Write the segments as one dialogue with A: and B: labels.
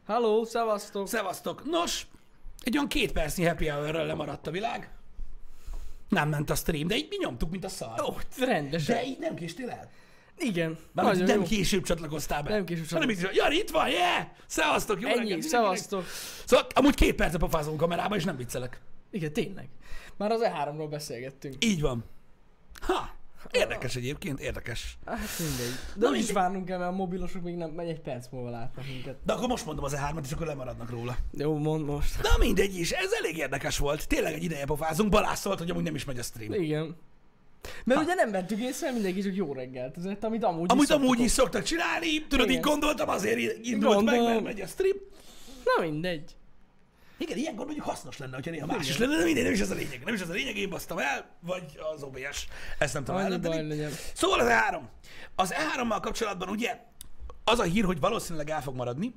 A: Halló, szevasztok!
B: Szevasztok! Nos, egy olyan 2 percnyi happy hour-ről lemaradt a világ. Nem ment a stream, de így mi nyomtuk, mint a szar.
A: Ó, rendesen.
B: De így nem késtél el?
A: Igen,
B: Bármint
A: nagyon
B: nem
A: jó.
B: később csatlakoztál be.
A: Nem később
B: Hanem így, Jani, itt van, yeah! Szevasztok, jó
A: Ennyi,
B: reggelt
A: szevasztok.
B: Szóval amúgy 2 perce pofázunk kamerába, és nem viccelek.
A: Igen, tényleg. Már az E3-ról beszélgettünk.
B: Így van. Ha, érdekes egyébként, érdekes.
A: Hát mindegy. De úgy is várnunk kell, mert a mobilosok még nem megy, egy perc múlva látnak minket.
B: De akkor most mondom az E3-at, és akkor lemaradnak róla.
A: Jó, mondd most.
B: Na mindegy is, ez elég érdekes volt. Tényleg egy ideje pofázunk, Balázs szólt, hogy amúgy nem is megy a stream.
A: Igen. Mert ugye nem vettük észre, mindenki csak jó reggelt. Ezért, amit amúgy
B: Amúgy
A: is
B: is szoktak csinálni, tudod, így
A: Igen.
B: gondoltam, azért indult meg, mert megy a stream.
A: Na mindegy.
B: Igen, ilyenkor mondjuk hasznos lenne, hogyha néha más is lenne, de mindegy, nem is ez a lényeg. Nem is ez a lényeg, én basztam el, vagy az OBS. Ezt nem tudom
A: Annyi baj
B: eldönteni.
A: legyen.
B: Szóval az E3. Az E3-mal kapcsolatban ugye az a hír, hogy valószínűleg el fog maradni.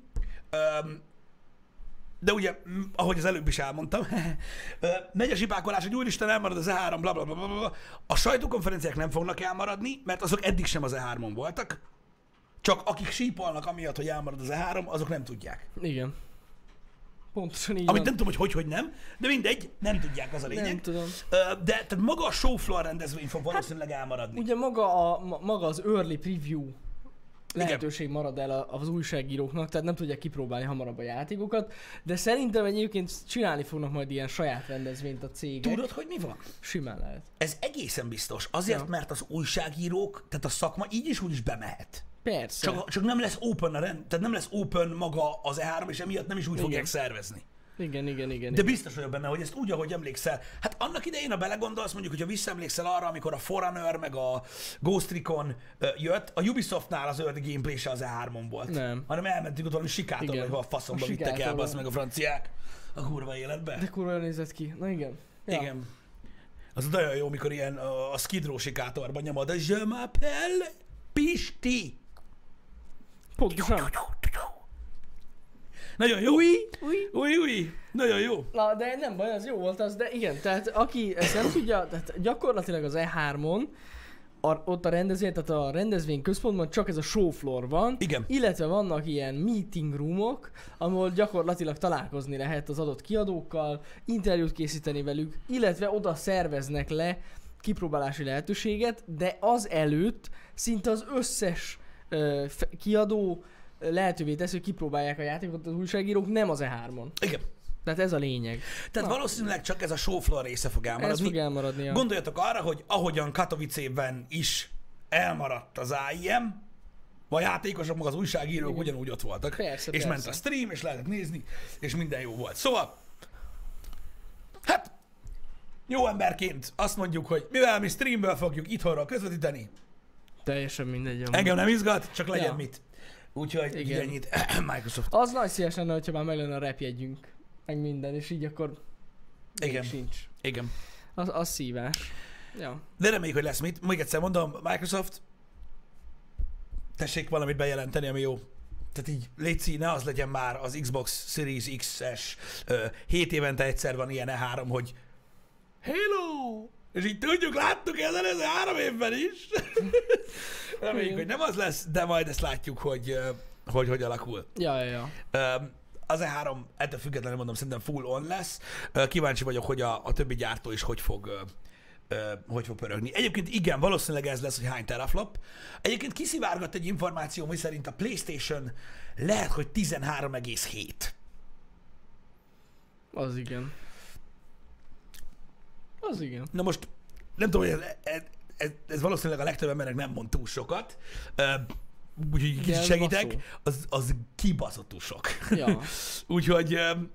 B: De ugye, ahogy az előbb is elmondtam, megy a zsipákolás, hogy úristen, elmarad az E3, bla bla bla bla bla. A sajtókonferenciák nem fognak elmaradni, mert azok eddig sem az E3-on voltak. Csak akik sípolnak amiatt, hogy elmarad az E3, azok nem tudják.
A: Igen. Pontosan így
B: Amit
A: van.
B: nem tudom, hogy hogy nem, de mindegy, nem tudják, az a lényeg.
A: Nem tudom.
B: De tehát maga a show floor rendezvény fog valószínűleg elmaradni.
A: Ugye maga az early preview lehetőség marad el az újságíróknak, tehát nem tudják kipróbálni hamarabb a játékokat, de szerintem egyébként csinálni fognak majd ilyen saját rendezvényt a cégek.
B: Tudod, hogy mi van?
A: Simán lehet.
B: Ez egészen biztos. Azért,
A: Ja.
B: mert az újságírók, tehát a szakma így is úgy is bemehet.
A: Persze.
B: Csak nem lesz open tehát nem lesz open maga az E3, és emiatt nem is úgy
A: Igen.
B: fogják szervezni.
A: Igen.
B: De biztos vagyok benne, hogy ezt úgy, ahogy emlékszel. Hát annak idején, ha belegondolsz, mondjuk, hogyha visszaemlékszel arra, amikor a Forerunner meg a Ghost Recon jött, a Ubisoftnál az early gameplay se az E3-on volt.
A: Nem.
B: Hanem elmentünk ott valami sikátor,
A: Igen.
B: vagy hol a faszomba
A: A
B: vittek el,
A: sikátorba.
B: bazd meg a franciák a kurva életbe.
A: De kurva jól nézett ki. Na igen. Ja.
B: Igen. Az nagyon jó, mikor ilyen a Skid Row sikátorban nyomod, a Je m'appelle Pisti.
A: Pontosan.
B: Nagyon jó.
A: Új.
B: Új. Nagyon jó.
A: Na, de nem baj, az jó volt az, de igen, tehát aki ezt nem tudja, tehát gyakorlatilag az E3-on, ott a rendezvény, tehát a rendezvény központban csak ez a show floor van,
B: Igen.
A: illetve vannak ilyen meeting roomok, ahol gyakorlatilag találkozni lehet az adott kiadókkal, interjút készíteni velük, illetve oda szerveznek le kipróbálási lehetőséget, de az előtt szinte az összes kiadó lehetővé teszi, hogy kipróbálják a játékot az újságírók, nem az E3-on.
B: Igen.
A: Tehát ez a lényeg.
B: Tehát valószínűleg csak ez a show floor része fog
A: Ez
B: elmaradni.
A: fog elmaradni. Ja.
B: Gondoljatok arra, hogy ahogyan Katowice-ben is elmaradt az AIM, a játékosok, meg az újságírók
A: Igen.
B: ugyanúgy ott voltak.
A: Persze,
B: és
A: persze.
B: ment a stream, és lehetett nézni, és minden jó volt. Szóval, hát, jó emberként azt mondjuk, hogy mivel mi streamből fogjuk itthonról közvetíteni,
A: Teljesen mindegy. amúgy.
B: engem nem izgat, csak legyen
A: Ja.
B: mit. Úgyhogy így
A: Igen.
B: ennyit. Microsoft.
A: Az nagy szíves lenne, hogyha már meg lenne a repjegyünk, meg minden, és így akkor még
B: Igen.
A: sincs.
B: Igen.
A: Az szívás. Ja.
B: De reméljük, hogy lesz mit. Még egyszer mondom, Microsoft, tessék valamit bejelenteni, ami jó. Tehát így, létszi, ne az legyen már az Xbox Series X-es 7 évente egyszer van ilyen E3, hogy Halo! És így tudjuk, láttuk ezen ez 3 évben is. Reméljük, hogy nem az lesz, de majd ezt látjuk, hogy alakul.
A: Ja.
B: Az E3 ettől függetlenül mondom, szerintem full on lesz. Kíváncsi vagyok, hogy a többi gyártó is hogy fog pörögni. Egyébként igen, valószínűleg ez lesz, hogy hány teraflop. Egyébként kiszivárgott egy információ, mi szerint a PlayStation lehet, hogy 13,7.
A: Az igen. Az igen.
B: Na most nem tudom, hogy ez valószínűleg a legtöbb embernek nem mond túl sokat. Úgyhogy
A: De
B: kicsit
A: ez
B: segítek.
A: baszó.
B: Az kibaszott sok.
A: Ja.
B: Úgyhogy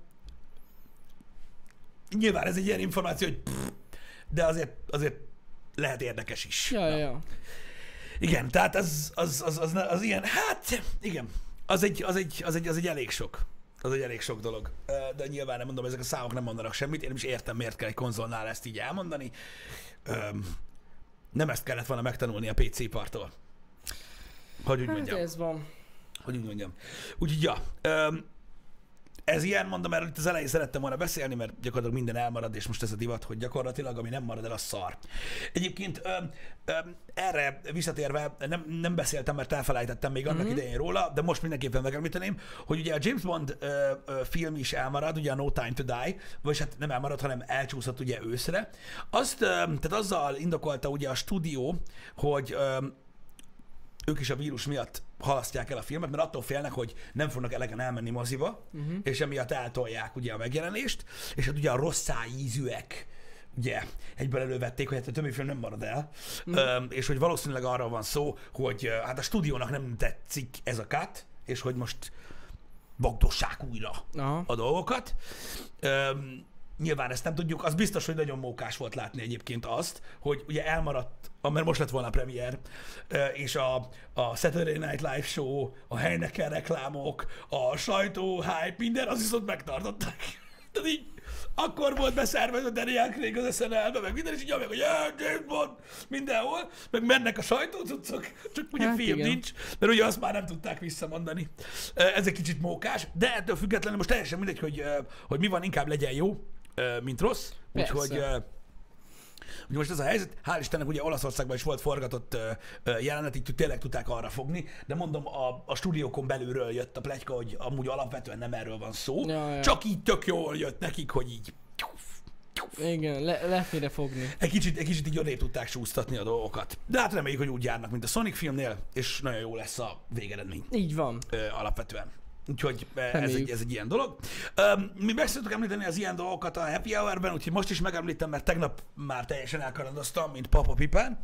B: nyilván ez egy ilyen információ, hogy de azért lehet érdekes is.
A: Ja.
B: Igen, tehát az ilyen, hát igen, az egy elég sok. Az egy elég sok dolog. De nyilván nem mondom, ezek a számok nem mondanak semmit. Én nem is értem, miért kell egy konzolnál ezt így elmondani. Nem ezt kellett volna megtanulni a PC parttól. Hogy úgy
A: Hát
B: mondjam.
A: ez van.
B: Hogy úgy mondjam. Úgyhogy ja. ez ilyen, mondom, erről itt az elején szerettem volna beszélni, mert gyakorlatilag minden elmarad, és most ez a divat, hogy gyakorlatilag ami nem marad el, az szar. Egyébként erre visszatérve nem beszéltem, mert elfelejtettem még annak idején róla, de most mindenképpen megemlíteném, hogy ugye a James Bond film is elmarad, ugye a No Time to Die, vagy hát nem elmarad, hanem elcsúszott ugye őszre. Tehát azzal indokolta ugye a stúdió, hogy ők is a vírus miatt halasztják el a filmet, mert attól félnek, hogy nem fognak elegen elmenni moziba, és emiatt eltolják ugye a megjelenést, és hát ugye a rossz ízűek ugye egyből elővették, hogy hát a többi film nem marad el, és hogy valószínűleg arra van szó, hogy hát a stúdiónak nem tetszik ez a cut, és hogy most bagdossák újra a dolgokat. Nyilván ezt nem tudjuk, az biztos, hogy nagyon mókás volt látni egyébként azt, hogy ugye elmaradt, mert most lett volna a premier, és a Saturday Night Live show, a Heineken reklámok, a sajtó, hype, minden, az viszont megtartották. Tehát így akkor volt beszervezve Daniel Craig az SNL-be, meg minden, és így meg, hogy James Bond mindenhol, meg mennek a sajtócuccok, csak ugye
A: hát
B: film
A: igen.
B: nincs, mert ugye azt már nem tudták visszamondani. Ez egy kicsit mókás, de ettől függetlenül most teljesen mindegy, hogy mi van, inkább legyen jó, mint rossz. Úgyhogy most ez a helyzet, hál' Istennek ugye Olaszországban is volt forgatott jelenet, így tényleg tudták arra fogni, de mondom, a stúdiókon belülről jött a pletyka, hogy amúgy alapvetően nem erről van szó, csak így tök jól jött nekik, hogy így
A: igen, lefére fogni.
B: egy kicsit így odébb tudták súsztatni a dolgokat. De hát reméljük, hogy úgy járnak, mint a Sonic filmnél, és nagyon jó lesz a végeredmény.
A: Így van.
B: Alapvetően. Úgyhogy ez egy ilyen dolog. Mi meg szoktuk említeni az ilyen dolgokat a Happy Hour-ben, úgyhogy most is megemlítem, mert tegnap már teljesen elkalandoztam, mint Papa Pipán,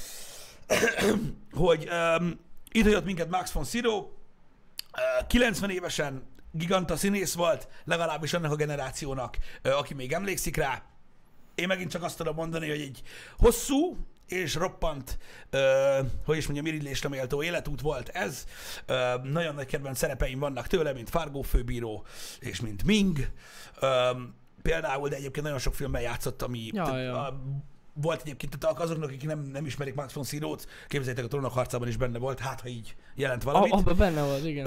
B: hogy itt hagyott minket Max von Sydow, 90 évesen giganta színész volt, legalábbis annak a generációnak, aki még emlékszik rá. Én megint csak azt tudom mondani, hogy egy hosszú és roppant, hogy is mondjam, irigylésre méltó életút volt ez. Nagyon nagy kedvenc szerepeim vannak tőle, mint Fargo főbíró, és mint Ming. Például, de egyébként nagyon sok filmben játszott, ami volt egyébként, tehát azoknak, akik nem ismerik Max von Sydow-t, képzeljétek, a Trónok harcában is benne volt, hát ha így jelent valamit.
A: Abban benne volt, igen.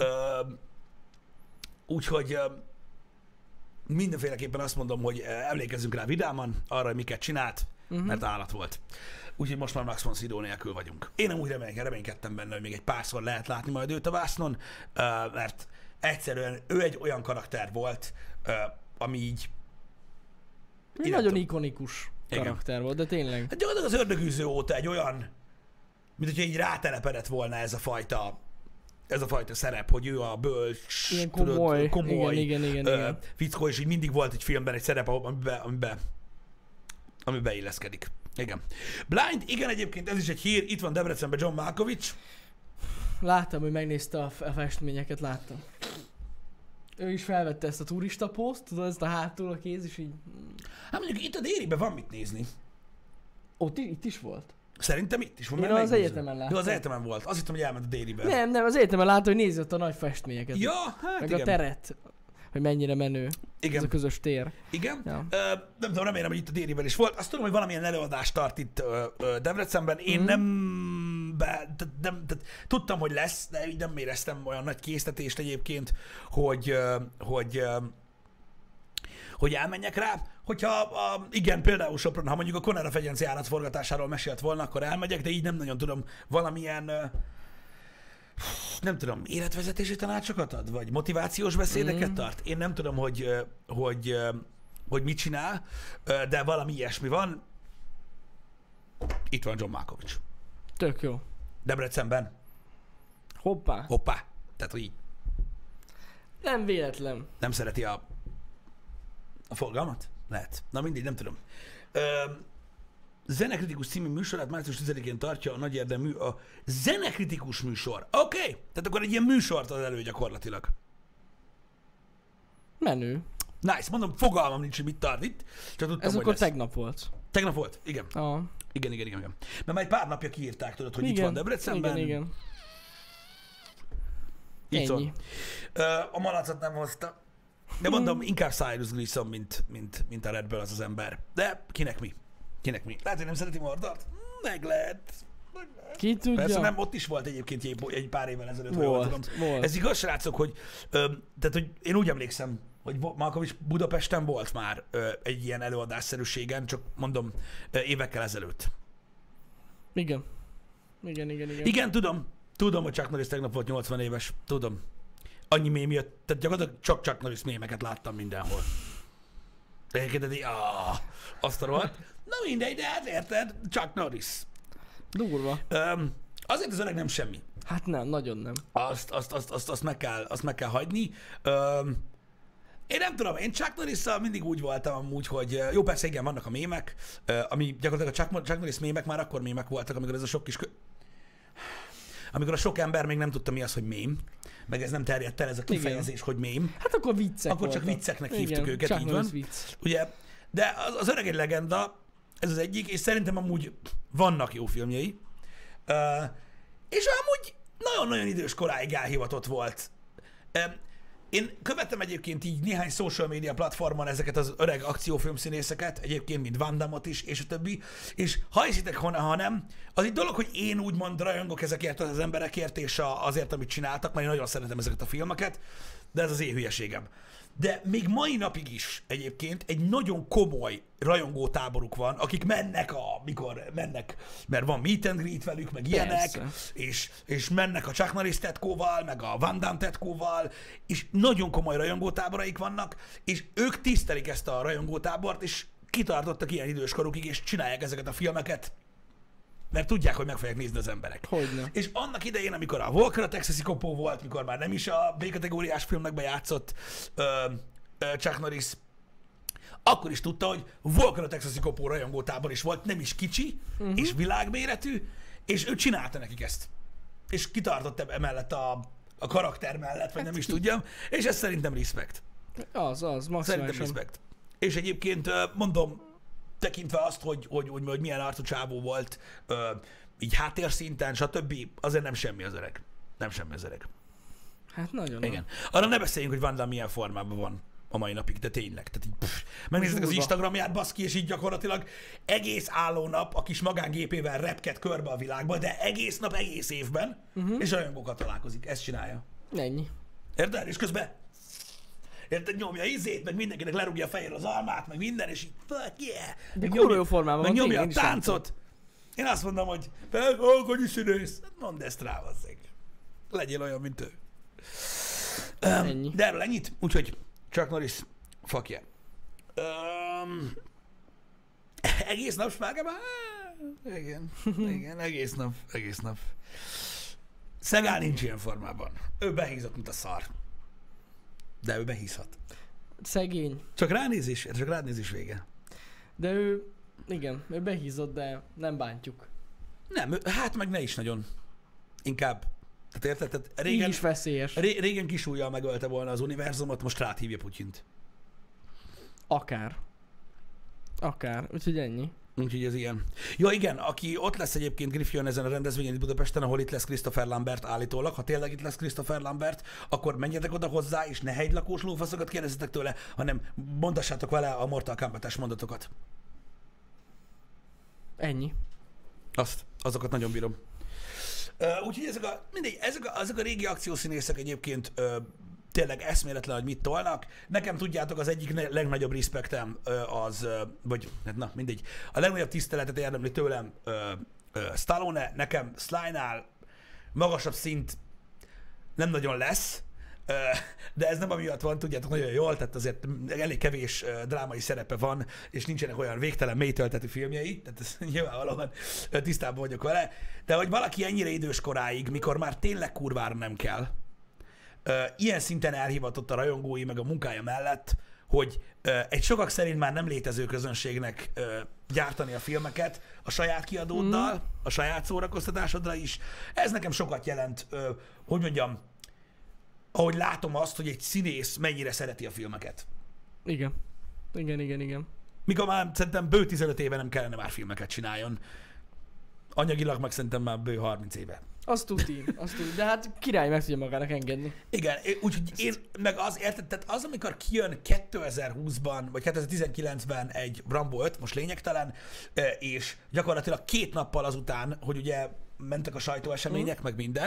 B: Úgyhogy mindenféleképpen azt mondom, hogy emlékezzünk rá vidáman, arra, hogy miket csinált, mert állat volt. Úgyhogy most már Max von Sydow nélkül vagyunk. Én nem úgy reménykedtem benne, hogy még egy párszor lehet látni majd őt a vásznon, mert egyszerűen ő egy olyan karakter volt, ami így...
A: Nagyon ikonikus karakter volt, de tényleg.
B: Hát gyakorlatilag az Ördögűző óta egy olyan, mint hogyha így rátelepedett volna ez a fajta szerep, hogy ő a bölcs,
A: ilyen komoly,
B: igen. Fickó, és így mindig volt egy filmben egy szerep, amiben beilleszkedik. Igen. Blind, igen, egyébként ez is egy hír, itt van Debrecenben John Malkovich.
A: Láttam, hogy megnézte a festményeket, láttam. Ő is felvette ezt a turista poszt, tudod, ezt a hátul a kéz, és így...
B: Hát mondjuk itt a Dériben van mit nézni.
A: Ott itt is volt?
B: Szerintem itt is van.
A: Én az egyetemen láttam.
B: Jó, az egyetemen volt. Azt hittem, hogy elment a Déribe.
A: Nem, az egyetemen láttam, hogy nézett a nagy festményeket.
B: Ja, hát
A: meg
B: igen.
A: a teret, hogy mennyire menő.
B: Igen.
A: Ez a közös tér.
B: Igen.
A: Ja.
B: Nem tudom, remélem, hogy itt a Dériben is volt. Azt tudom, hogy valamilyen előadást tart itt Debrecenben. Én tudtam, hogy lesz, de így nem éreztem olyan nagy késztetést egyébként, hogy elmenjek rá. Hogyha igen, például Sopron, ha mondjuk a Conera Fegyenc járat forgatásáról mesélt volna, akkor elmegyek, de így nem nagyon tudom, valamilyen nem tudom, életvezetési tanácsokat ad, vagy motivációs beszédeket tart. Én nem tudom, hogy mit csinál, de valami ilyesmi van. Itt van John Malkovich.
A: Tök jó.
B: Debrecenben.
A: Hoppá.
B: Tehát, hogy így
A: Nem véletlen.
B: nem szereti a forgalmat? Lehet. Na mindig, nem tudom. Zenekritikus című műsorát március 10-én tartja a nagy érdemű a Zenekritikus műsor. Oké. Tehát akkor egy ilyen műsort ad elő gyakorlatilag.
A: Menő.
B: Nice. Mondom, fogalmam nincs, hogy mit tart itt. Csak tudtam,
A: Ez
B: hogy
A: akkor
B: lesz.
A: tegnap volt.
B: Tegnap volt? Igen.
A: Igen.
B: Igen. Mert már egy pár napja kiírták, tudod, hogy itt van Debrecenben.
A: Igen.
B: Így
A: Ennyi.
B: A malacot nem hozta. De mondom, inkább Cyrus Gleason, mint a Red Bull az ember. De kinek mi? Lehet, hogy nem szereti Mordort? Meg lehet.
A: Ki tudja?
B: Persze nem, ott is volt egyébként egy pár évvel ezelőtt.
A: Volt.
B: Ez igaz, srácok, hogy, tehát, hogy én úgy emlékszem, hogy Malkovich Budapesten volt már egy ilyen előadásszerűségen, csak mondom, évekkel ezelőtt.
A: Igen.
B: Igen, tudom, hogy Chuck Norris tegnap volt 80 éves, tudom. Annyi mém jött, tehát gyakorlatilag csak Chuck Norris mémeket láttam mindenhol. Egyébként, azt a rohadt. Na mindegy, de hát érted, Chuck Norris.
A: Durva.
B: Azért az öreg nem semmi.
A: Hát nem, nagyon nem.
B: Azt meg kell hagyni. Én nem tudom, én Chuck Norrisszal mindig úgy voltam amúgy, hogy jó, persze igen, vannak a mémek, ami gyakorlatilag a Chuck Norris mémek már akkor mémek voltak, amikor ez a sok kis amikor a sok ember még nem tudta, mi az, hogy mém, meg ez nem terjedt el, ez a kifejezés, igen, hogy mém.
A: Hát akkor viccek
B: akkor voltak. Csak vicceknek hívtuk, igen, őket, így van.
A: Vicc.
B: Ugye, de az öreg egy legenda, ez az egyik, és szerintem amúgy vannak jó filmjei. És amúgy nagyon-nagyon idős koráig elhivatott volt. Én követtem egyébként így néhány social media platformon ezeket az öreg akciófilmszínészeket, egyébként mint Van Damme-ot is, és a többi, és ha hiszitek, ha nem, az egy dolog, hogy én úgymond rajongok ezekért az emberekért, és azért, amit csináltak, mert én nagyon szeretem ezeket a filmeket, de ez az én hülyeségem. De még mai napig is egyébként egy nagyon komoly rajongó táboruk van, akik mennek, mikor mennek, mert van meet and greet velük, meg ilyenek, és mennek a Chuck Norris tetkóval, meg a Van Damme tetkóval, és nagyon komoly rajongó táboraik vannak, és ők tisztelik ezt a rajongó tábort, és kitartottak ilyen időskorukig, és csinálják ezeket a filmeket, mert tudják, hogy meg fogják nézni az emberek.
A: Hogyne.
B: És annak idején, amikor a Walker a Texasi kopó volt, mikor már nem is a B-kategóriás filmekben játszott Chuck Norris, akkor is tudta, hogy Walker a Texasi kopó rajongótábor is volt, nem is kicsi, és világméretű, és ő csinálta nekik ezt. És kitartott emellett a karakter mellett, vagy nem is tudjam, és ez szerintem respect.
A: Az, maximálisan.
B: Szerintem respect. És egyébként mondom, tekintve azt, hogy milyen arcú csávó volt, így háttérszinten, stb., azért nem semmi az öreg. Nem semmi az öreg.
A: Hát nagyon.
B: Igen. Arra ne beszéljünk, hogy Van Damme milyen formában van a mai napig, de tényleg. Tehát így, megnézzetek az Instagramját, baszki, és így gyakorlatilag egész álló nap a kis magángépével repked körbe a világba, de egész nap, egész évben, és rajongókkal találkozik. Ezt csinálja.
A: Ennyi.
B: Érted? És közben érted, nyomja izét, meg mindenkinek lerúgja a fejére az almát, meg minden, és így fuck yeah!
A: De kurva jó formában
B: meg
A: van,
B: nyomja a táncot. Én azt mondom, hogy hogy színész, mondd ezt rá, vazzeg. Legyél olyan, mint ő.
A: Ennyi.
B: De erről ennyit, úgyhogy Chuck Norris, fuck yeah. Egész nap smágában? Igen, egész nap. Szegál nincs ilyen formában. Ő behízott, mint a szar. De ő behízhat.
A: Szegény.
B: Csak ránézés vége.
A: De ő behízott, de nem bántjuk.
B: Nem, hát meg ne is nagyon. Inkább. Tehát érted? Tehát régen,
A: így is veszélyes.
B: Régen kisújjal megölte volna az univerzumot, most ráthívja Putyint.
A: Akár. Úgyhogy ennyi.
B: Úgyhogy ez ilyen. Ja igen, aki ott lesz egyébként Griffin ezen a rendezvényen itt Budapesten, ahol itt lesz Christopher Lambert állítólag. Ha tényleg itt lesz Christopher Lambert, akkor menjetek oda hozzá, és ne hegylakós lófaszokat kérdezzetek tőle, hanem mondassátok vele a Mortal Kombat-es mondatokat.
A: Ennyi.
B: Azokat nagyon bírom. Úgyhogy ezek a régi akciószínészek egyébként tényleg eszméletlen, hogy mit tolnak. Nekem tudjátok, az egyik legnagyobb respektem az, vagy na mindegy, a legnagyobb tiszteletet érdemli tőlem Stallone, nekem Sly-nál magasabb szint nem nagyon lesz, de ez nem amiatt van, tudjátok nagyon jól, tehát azért elég kevés drámai szerepe van, és nincsenek olyan végtelen mélytöltetű filmjei, tehát ez nyilvánvalóan tisztában vagyok vele, de hogy valaki ennyire idős koráig, mikor már tényleg kurvára nem kell, ilyen szinten elhivatott a rajongói meg a munkája mellett, hogy egy sokak szerint már nem létező közönségnek gyártani a filmeket a saját kiadóddal, a saját szórakoztatásodra is. Ez nekem sokat jelent, hogy mondjam, ahogy látom azt, hogy egy színész mennyire szereti a filmeket.
A: Igen.
B: Mikor már szerintem bő 15 éve nem kellene már filmeket csináljon. Anyagilag meg szerintem már bő 30 éve.
A: Azt tudni. De hát király meg tudja magának engedni.
B: Igen, úgyhogy én meg az érted, tehát az, amikor kijön 2020-ban, vagy 2019-ben egy Rambo 5, most lényegtelen, és gyakorlatilag 2 nappal azután, hogy ugye mentek a sajtóesemények, meg minden,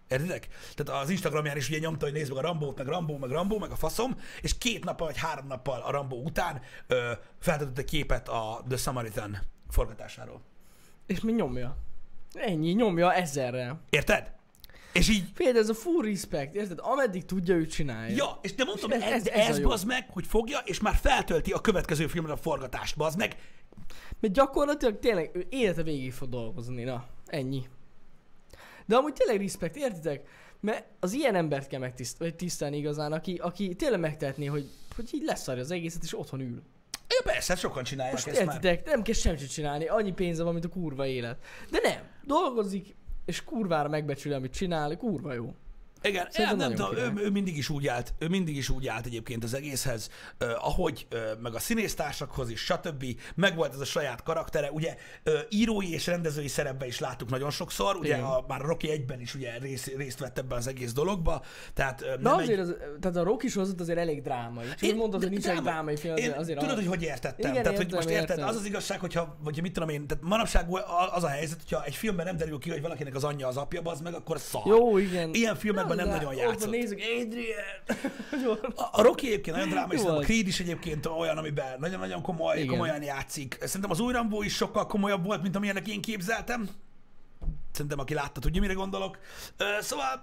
B: Értitek? Tehát az Instagramján is ugye nyomta, hogy nézd meg a Rambót, meg Rambó, meg a faszom, és 2 nappal vagy 3 nappal a Rambó után feltett egy képet a The Samaritan forgatásáról.
A: És mi nyomja? Ennyi, nyomja 1000-rel.
B: Érted? És így...
A: Fél, ez a full respect, érted? Ameddig tudja, ő csinálja.
B: Ja, és te mondtam,
A: És
B: ez
A: jó.
B: bazd meg, hogy fogja, és már feltölti a következő filmre a forgatást, bazd meg.
A: Mert gyakorlatilag tényleg ő élete végig fog dolgozni, na, ennyi. De amúgy tényleg respect, értitek? Mert az ilyen embert kell tisztelni igazán, aki tényleg megtehetné, hogy így leszarja az egészet, és otthon ül.
B: Ja, persze, sokan csinálják
A: Most
B: ezt már.
A: értitek, nem kell semmit csinálni, annyi pénze van, mint a kurva élet. De nem, dolgozik, és kurvára megbecsüli, amit csinál, kurva jó.
B: Igen, nem tudom, ő mindig is úgy állt egyébként az egészhez, ahogy, meg a színésztársakhoz is, stb. Megvolt ez a saját karaktere, ugye írói és rendezői szerepben is láttuk nagyon sokszor, ugye már a Rocky 1-ben is ugye részt vett ebben az egész dologba, tehát
A: de azért tehát a Rocky sorozat azért elég drámai. Csak mondod, hogy nincs egy drámai film, azért
B: tudod, hogy értettem. Igen, tehát, hogy most érted, az az igazság, hogyha mit tudom én, tehát manapság az a helyzet, hogyha egy filmben nem derül ki, hogy valakinek az anyja az apja, az meg, akkor szar.
A: Jó, igen.
B: Ilyen filmekben nem nagyon játszott.
A: Nézzük, Adrian!
B: A Rocky egyébként nagyon drámai, szerintem a Creed is egyébként olyan, amiben nagyon-nagyon komolyan játszik. Szerintem az új Rambo is sokkal komolyabb volt, mint amilyennek én képzeltem. Szerintem aki látta, tudja, mire gondolok. Szóval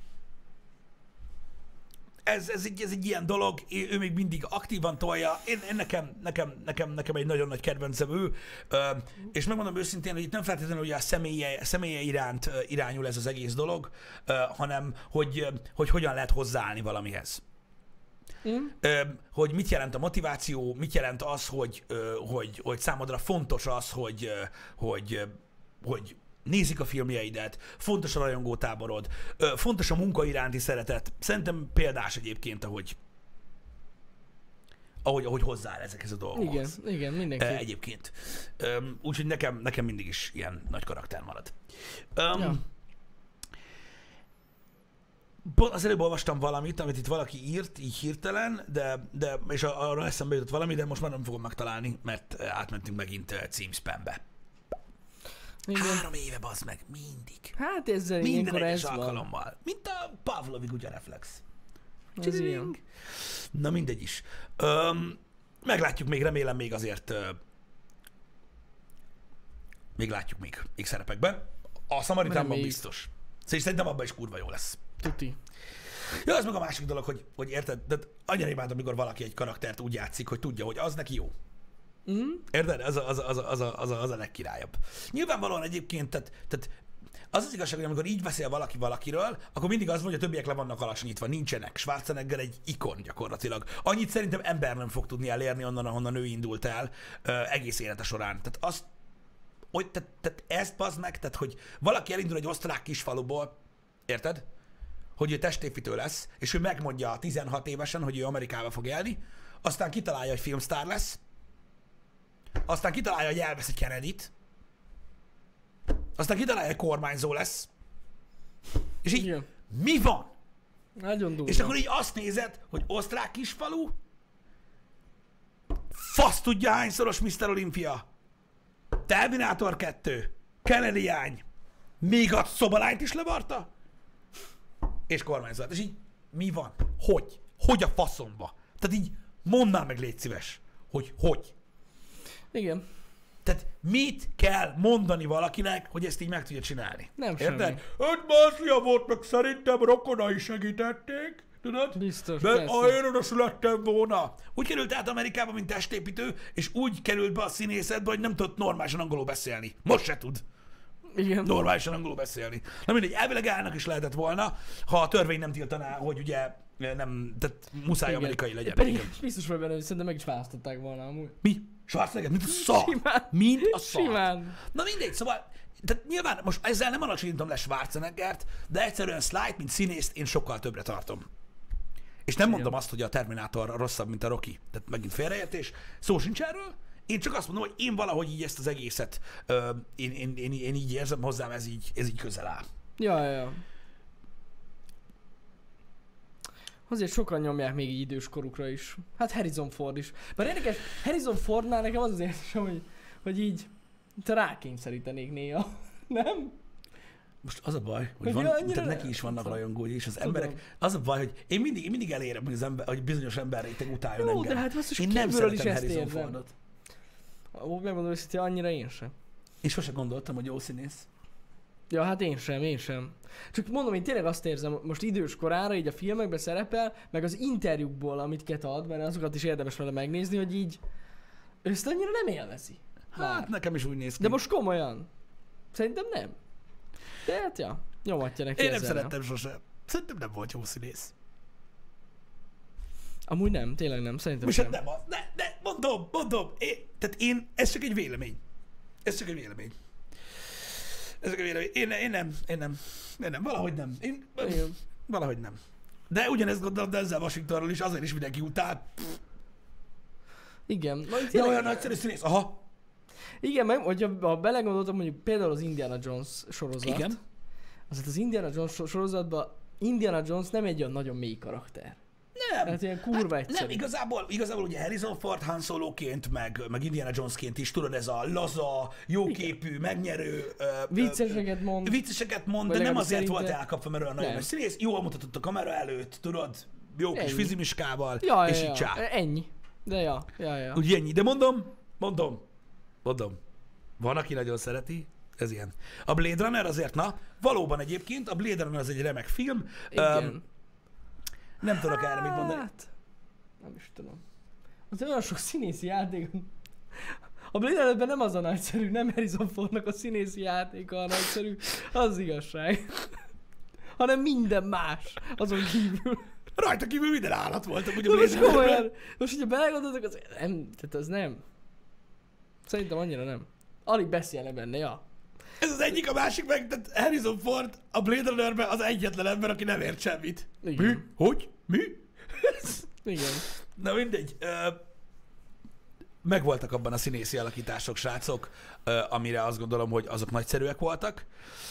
B: ez egy ilyen dolog, ő még mindig aktívan tolja. Nekem egy nagyon nagy kedvencem ő, és megmondom őszintén, hogy itt nem feltétlenül ugye a személye iránt irányul ez az egész dolog, hanem hogy hogyan lehet hozzáállni valamihez. Hogy mit jelent a motiváció, mit jelent az, hogy számodra fontos az, hogy nézik a filmjeidet, fontos a rajongótáborod, fontos a munka iránti szeretet. Szerintem példás egyébként, ahogy hozzááll ezekhez a dolgokhoz.
A: Igen, mindenki.
B: Egyébként. Úgyhogy nekem mindig is ilyen nagy karakter marad. Az előbb olvastam valamit, amit itt valaki írt, így hirtelen, és arra eszembe jutott valami, de most már nem fogom megtalálni, mert átmentünk megint címspambe. Igen. 3 éve, bazd meg, mindig.
A: Hát ezzel
B: minden egyes alkalommal. Mint a Pavlovi kutyareflex. Na mindegy is. Meglátjuk még, remélem még azért még látjuk még szerepekben. A Samaritánban biztos. Szerintem abban is kurva jó lesz.
A: Tuti.
B: Ja, az meg a másik dolog, hogy érted, de annyira imád, amikor valaki egy karaktert úgy játszik, hogy tudja, hogy az neki jó. Érted? Az a legkirályabb. Nyilvánvalóan egyébként, tehát az igazság, hogy amikor így beszél valaki valakiről, akkor mindig az van, hogy a többiek le vannak alacsonyítva, nincsenek. Schwarzenegger egy ikon gyakorlatilag. Annyit szerintem ember nem fog tudni elérni onnan, ahonnan ő indult el egész élete során. Tehát tehát ezt bazd meg, tehát hogy valaki elindul egy osztrák kisfaluból, érted? Hogy ő testépítő lesz, és ő megmondja 16 évesen, hogy ő Amerikába fog élni, aztán kitalálja, hogy filmsztár lesz, aztán kitalálja, hogy elvesz egy Kennedy-t, aztán kitalálja, hogy kormányzó lesz, és így igen. Mi van?
A: Nagyon durva.
B: És akkor így azt nézed, hogy osztrák kisfalu, fasz tudja hányszoros Mr. Olympia, Terminátor 2, Kennedy ány, még a szobalányt is levarta, és kormányzat. És így mi van? Hogy? Hogy a faszomba? Tehát így mondd már meg, légy szíves, hogy?
A: Igen.
B: Tehát mit kell mondani valakinek, hogy ezt így meg tudja csinálni?
A: Nem
B: érted?
A: semmi.
B: Hát Baszlia volt, meg szerintem rokonai segítették, tudod?
A: Biztos,
B: de ha én oda születtem volna. Úgy került át Amerikába, mint testépítő, és úgy került be a színészetbe, hogy nem tudott normálisan angolul beszélni. Most se tud.
A: Igen.
B: Normálisan angolul beszélni. Na mindegy, elvileg állnak is lehetett volna, ha a törvény nem tiltaná, hogy ugye nem, tehát muszáj igen. Amerikai legyen.
A: Pedig igen. Biztos vagy benne, hogy szerintem meg is választották volna amúgy.
B: Mi? Schwarzenegger? Mint a szar.
A: Simán.
B: Mint a szar.
A: Simán.
B: Na mindegy, szóval, tehát nyilván most ezzel nem alacsonyítom le Schwarzeneggert, de egyszerűen Sly, mint színészt én sokkal többre tartom. És nem mondom azt, hogy a Terminátor rosszabb, mint a Rocky. Tehát megint félreértés. Szó sincs erről. Én csak azt mondom, hogy én valahogy így ezt az egészet, én így érzem, hozzám ez így közel áll.
A: Ja. Azért sokan nyomják még így időskorukra is. Hát Harrison Ford is. Bár érdekes, Harrison Fordnál nekem az érzésem, hogy így rákényszerítenék néha. Nem?
B: most az a baj, hogy
A: Meg
B: van,
A: annyira
B: tehát
A: nem.
B: neki is vannak
A: Tudom.
B: rajongói, és az
A: Tudom.
B: emberek, az a baj, hogy én mindig elérem, hogy, hogy bizonyos emberréteg utáljon
A: Jó,
B: engem.
A: de hát basszus,
B: Én nem
A: kívülről is
B: szeretem
A: ezt
B: Harrison
A: érzem.
B: Fordot.
A: Megmondom őszintén, annyira én sem.
B: Én sose gondoltam, hogy jó színész.
A: Ja, hát én sem. Csak mondom, én tényleg azt érzem, most idős korára így a filmekben szerepel, meg az interjúkból, amit ad, mert azokat is érdemes vele megnézni, hogy így ezt annyira nem élvezi.
B: Hát
A: Már.
B: nekem is úgy néz ki.
A: De most komolyan. Szerintem nem. De hát ja, nyomatja neki
B: Én nem
A: ezzel.
B: szerettem sose. Szerintem nem volt jó színész.
A: Amúgy nem, tényleg nem, szerintem
B: Most
A: sem.
B: hát nem az. De mondom. Ez csak egy vélemény. Ez csak egy vélemény. Én nem. Valahogy nem.
A: Igen.
B: Valahogy nem. De ugyanezt gondolom, de ezzel Washingtonról is, azért is mindenki utál.
A: Igen.
B: De olyan nagyszerű színész. Aha.
A: Igen, meg, hogyha belegondoltam, mondjuk például az Indiana Jones sorozat.
B: Igen.
A: Azért az Indiana Jones sorozatban Indiana Jones nem egy olyan nagyon mély karakter.
B: Nem.
A: Hát ilyen kurva egyszerű.
B: Nem, igazából ugye Harrison Ford Han Soloként, meg Indiana Jonesként is, tudod, ez a laza, jóképű, megnyerő...
A: Vicceseket mond.
B: de nem
A: legalábbis
B: azért volt
A: szerinte-
B: elkapva, mert olyan nagyon
A: Nem.
B: nagy színész, jól mutatott a kamera előtt, tudod, jó kis
A: Ennyi.
B: fizimiskával, és így csá.
A: Ennyi. De ja.
B: Úgy ennyi, de mondom. Van, aki nagyon szereti, ez ilyen. A Blade Runner azért, valóban egyébként, a Blade Runner az egy remek film.
A: Igen.
B: Nem tudok erre mit mondani.
A: Hát, nem is tudom. Az olyan sok színészi játék. A Blade Runnerben nem az a nagyszerű, nem Harrison Fordnak a színészi játéka a nagyszerű, az igazság. Hanem minden más, azon kívül.
B: Rajta kívül minden állat volt, amúgy a
A: De
B: Blade
A: most
B: Runnerben.
A: komolyan, most hogyha belegondoltok, az nem, tehát az nem. Szerintem annyira nem. Alig beszélne benne, ja.
B: Ez az egyik, a másik meg, tehát Harrison Ford a Blade Runnerben az egyetlen ember, aki nem ért semmit.
A: Igen.
B: Mi? Hogy? Mi?
A: Igen.
B: Na mindegy. Megvoltak abban a színészi alakítások, srácok, amire azt gondolom, hogy azok nagyszerűek voltak.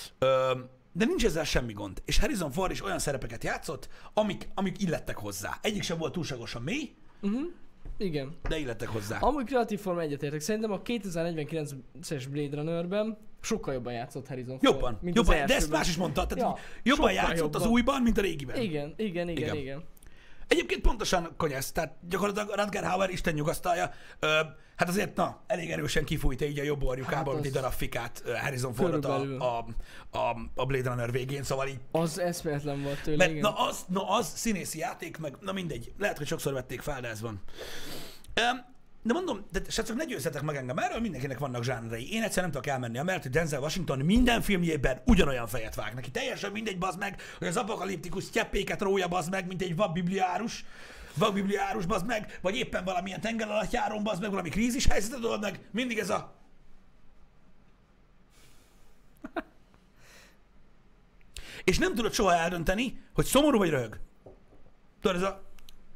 B: De nincs ezzel semmi gond. És Harrison Ford is olyan szerepeket játszott, amik illettek hozzá. Egyik sem volt túlságosan mély,
A: Igen.
B: de illettek hozzá.
A: Amúgy kreatív forma egyetértek. Szerintem a 2049-es Blade Runnerben sokkal jobban játszott Harrison Ford.
B: Jobban,
A: mint
B: jobban,
A: az
B: de ezt
A: elsőben.
B: más is mondta. Tehát
A: Ja,
B: jobban
A: sokkal
B: játszott az
A: jobban.
B: újban, mint a régiben.
A: Igen.
B: Egyébként pontosan konyesz, tehát gyakorlatilag Rutger Hauer Isten nyugasztalja, hát azért elég erősen kifújta így a jobb orjukából,
A: Hát
B: mint egy
A: az-
B: darab fikát Harrison Fordot
A: Körülbelül.
B: a Blade Runner végén, szóval így,
A: Az eszméletlen volt tőle,
B: mert
A: igen.
B: az színészi játék, meg na mindegy, lehet, hogy sokszor vették fel, de ez van. De mondom, de srácok, ne győzzetek meg engem, erről mindenkinek vannak zsánrei. Én egyszer nem tudok elmenni, mert hogy Denzel Washington minden filmjében ugyanolyan fejet vág neki. Teljesen mindegy, bazd meg, hogy az apokaliptikus cseppéket rója, bazd meg, mint egy vakbibliárus, bazd meg, vagy éppen valamilyen tenger alatt járon, bazd meg, valami krízis helyzetet old meg, mindig ez a... És nem tudod soha eldönteni, hogy szomorú vagy röhög. Tudod, ez a...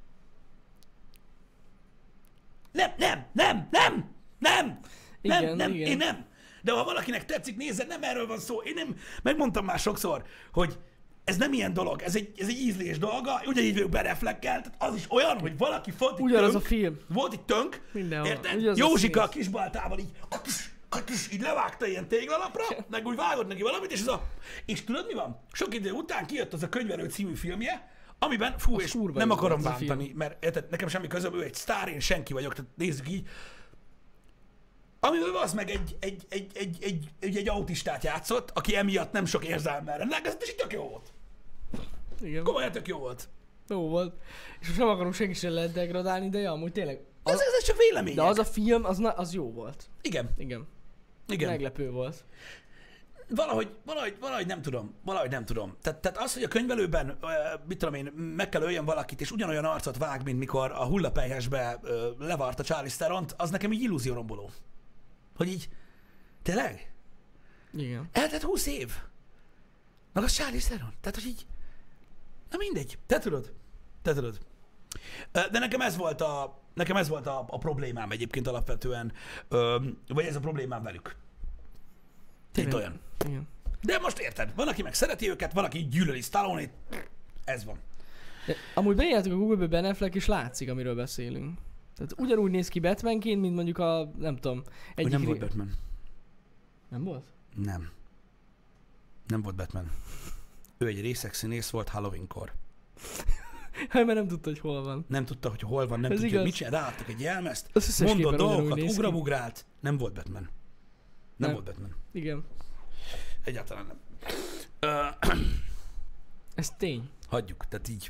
B: Nem!
A: Igen.
B: Én nem. De ha valakinek tetszik, nézze, nem erről van szó. Én nem, megmondtam már sokszor, hogy ez nem ilyen dolog, ez egy ízlés dolga, ugyanígy vagyok bereflekkel, tehát az is olyan, hogy valaki volt itt
A: Ugyanaz
B: tönk,
A: a film.
B: volt itt tönk,
A: Mindenhol.
B: érted?
A: Ugyanaz a
B: Józsika a
A: színész.
B: kisbaltával így, így levágta ilyen téglalapra, meg úgy vágott neki valamit, és és tudod mi van? Sok idő után kijött az a Könyvelő című filmje, amiben, fú,
A: Az
B: és
A: kurva
B: nem
A: jó
B: akarom
A: volt az a
B: bántani, mert érted, nekem semmi közöm, ő egy sztár, én senki vagyok, tehát nézzük így. Amiben az meg egy autistát játszott, aki emiatt nem sok érzelemmel rendelkezett, és így tök jó volt.
A: Igen.
B: Komolyan tök jó volt.
A: Jó volt. És most nem akarom senki sem lehet degradálni, de ja, amúgy tényleg.
B: Ez csak vélemény.
A: De az a film, az jó volt.
B: Igen,
A: Igen.
B: igen.
A: Meglepő volt.
B: Valahogy nem tudom. Tehát az, hogy a könyvelőben, mit tudom én, meg kell öljön valakit, és ugyanolyan arcot vág, mint mikor a hullapelyhesbe levarta Charlize Theront, az nekem így illúzióromboló. Hogy így, tényleg?
A: Igen.
B: Eltelt 20 év. Meg az Charlize Theron. Tehát, hogy így, na mindegy. Te tudod. De nekem ez volt a problémám egyébként alapvetően, vagy ez a problémám velük. Itt olyan.
A: Igen.
B: De most érted, van, aki meg szereti őket, van, aki gyűlöli Stallone-t. Ez van.
A: De amúgy beírtuk a Google-be Ben Affleck, és látszik, amiről beszélünk. Tehát ugyanúgy néz ki Batmanként, mint mondjuk a, nem tudom,
B: Hogy nem volt Batman.
A: Nem volt?
B: Nem. Nem volt Batman. Ő egy részeg színész volt Halloweenkor.
A: Hát, mert nem tudta, hogy hol van.
B: Nem tudta, hogy hol van, nem
A: Ez
B: tudja,
A: igaz.
B: hogy mit csinál. Ráadtak egy jelmezt,
A: Az összes
B: mondott
A: képen ugyanúgy
B: dolgokat,
A: néz ki.
B: ugramugrált. Nem volt Batman. Nem
A: Nem.
B: volt Batman.
A: Igen.
B: Egyáltalán nem.
A: Ez tény.
B: Hagyjuk, tehát így.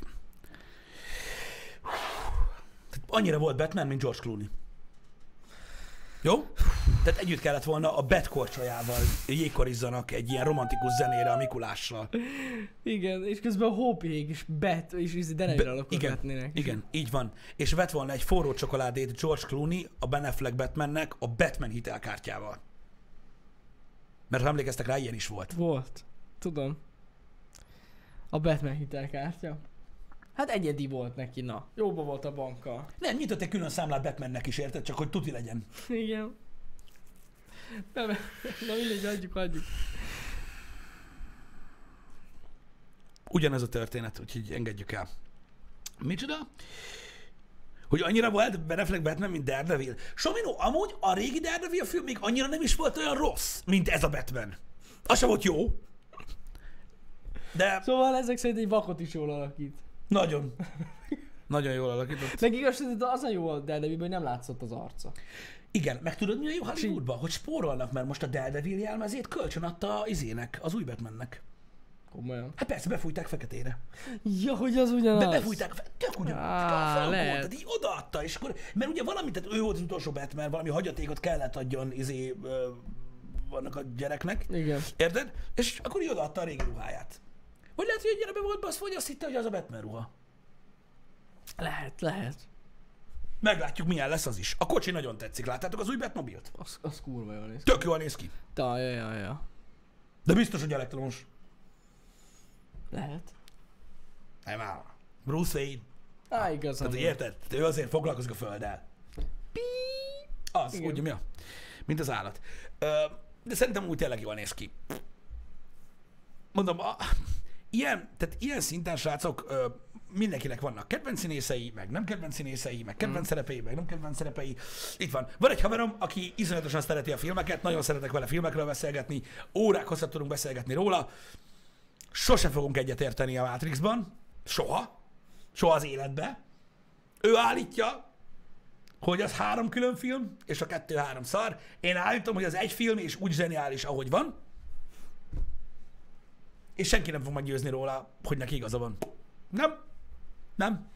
B: Tehát annyira volt Batman, mint George Clooney. Jó? Tehát együtt kellett volna a Bat korcsolyával jégkorizzanak egy ilyen romantikus zenére a Mikulással.
A: Igen, és közben a Hope-ék is Bet, és Deneville alakot
B: Igen,
A: vetnének.
B: igen, így van. És vett volna egy forró csokoládét George Clooney a Ben Affleck Batmannek a Batman hitelkártyával. Mert ha emlékeztek rá, ilyen is volt.
A: Volt. Tudom. A Batman hitelkártya. Hát egyedi volt neki, na. Jóba volt a bankkal.
B: Nem, nyitott egy külön számlát Batmannek is, érted? Csak hogy tuti legyen.
A: Igen. Na mindegy, hagyjuk.
B: Ugyanez a történet, úgyhogy engedjük el. Micsoda? Hogy annyira volt Ben Affleck Batman, mint Daredevil. Somino, amúgy a régi Daredevil film még annyira nem is volt olyan rossz, mint ez a Batman. Az sem volt jó. De
A: Szóval ezek szerint egy vakot is jól alakít.
B: nagyon. Nagyon jól alakított.
A: Meg igaz, hogy az a jó a Daredevilben, hogy nem látszott az arca.
B: Igen, meg tudod mi a jó Hollywoodban? Hogy spórolnak, mert most a Daredevil jelmezét kölcsön adta az új Batmannek.
A: Komolyan.
B: Hát persze, befújták feketére.
A: Ja, hogy az ugyanaz.
B: Befújták, tök ugyanaz.
A: Lehet.
B: Tehát így odaadta, és akkor, mert ugye valamit, tehát ő volt az utolsó Batman, valami hagyatékot kellett adjon vannak a gyereknek.
A: Igen.
B: Érted? És akkor így odaadta a régi ruháját. Vagy lehet, hogy egy gyerebe volt baszva, hogy azt hitte, hogy az a Batman ruha.
A: Lehet.
B: Meglátjuk, milyen lesz az is. A kocsi nagyon tetszik. Láttátok az új Batmobilt?
A: Az kurva jól néz ki.
B: Tök jól néz ki.
A: Ja.
B: De biztos, hogy elektromos.
A: Lehet.
B: Nem áll. Bruce Wayne.
A: Igazán.
B: Tehát érted? Ő azért foglalkozik a földdel. Az,
A: Igen.
B: ugye mi a? Mint az állat. De szerintem úgy tényleg jól néz ki. Mondom, ilyen szinten, srácok, mindenkinek vannak kedvenc színészei, meg nem kedvenc színészei, meg kedvenc szerepei, meg nem kedvenc szerepei. Itt van. Van egy haverom, aki iszonyatosan szereti a filmeket, nagyon szeretek vele filmekről beszélgetni, órák hosszat tudunk beszélgetni róla. Sose fogunk egyetérteni a Matrixban. Soha. Soha az életbe. Ő állítja, hogy az 3 külön film, és a 2-3 szar. Én állítom, hogy az egy film, és úgy zseniális, ahogy van. És senki nem fog meggyőzni róla, hogy neki igaza van. Nem.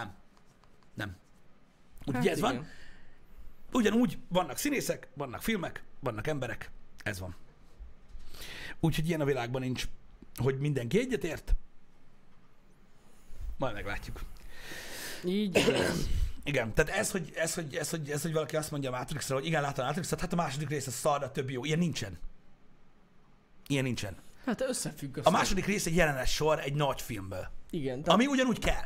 B: Úgyhogy
A: Hát
B: ez
A: igen.
B: van. Ugyanúgy vannak színészek, vannak filmek, vannak emberek. Ez van. Úgyhogy ilyen a világban nincs, hogy mindenki egyetért. Majd meglátjuk.
A: Így lesz.
B: Igen, tehát ez, hogy valaki azt mondja a Matrixra, hogy igen, látom a Matrixot, hát a második rész a szar, a többi jó. Ilyen nincsen.
A: Hát összefügg
B: A második rész egy jelenes sor egy nagy filmből.
A: Igen.
B: Ami ugyanúgy kell.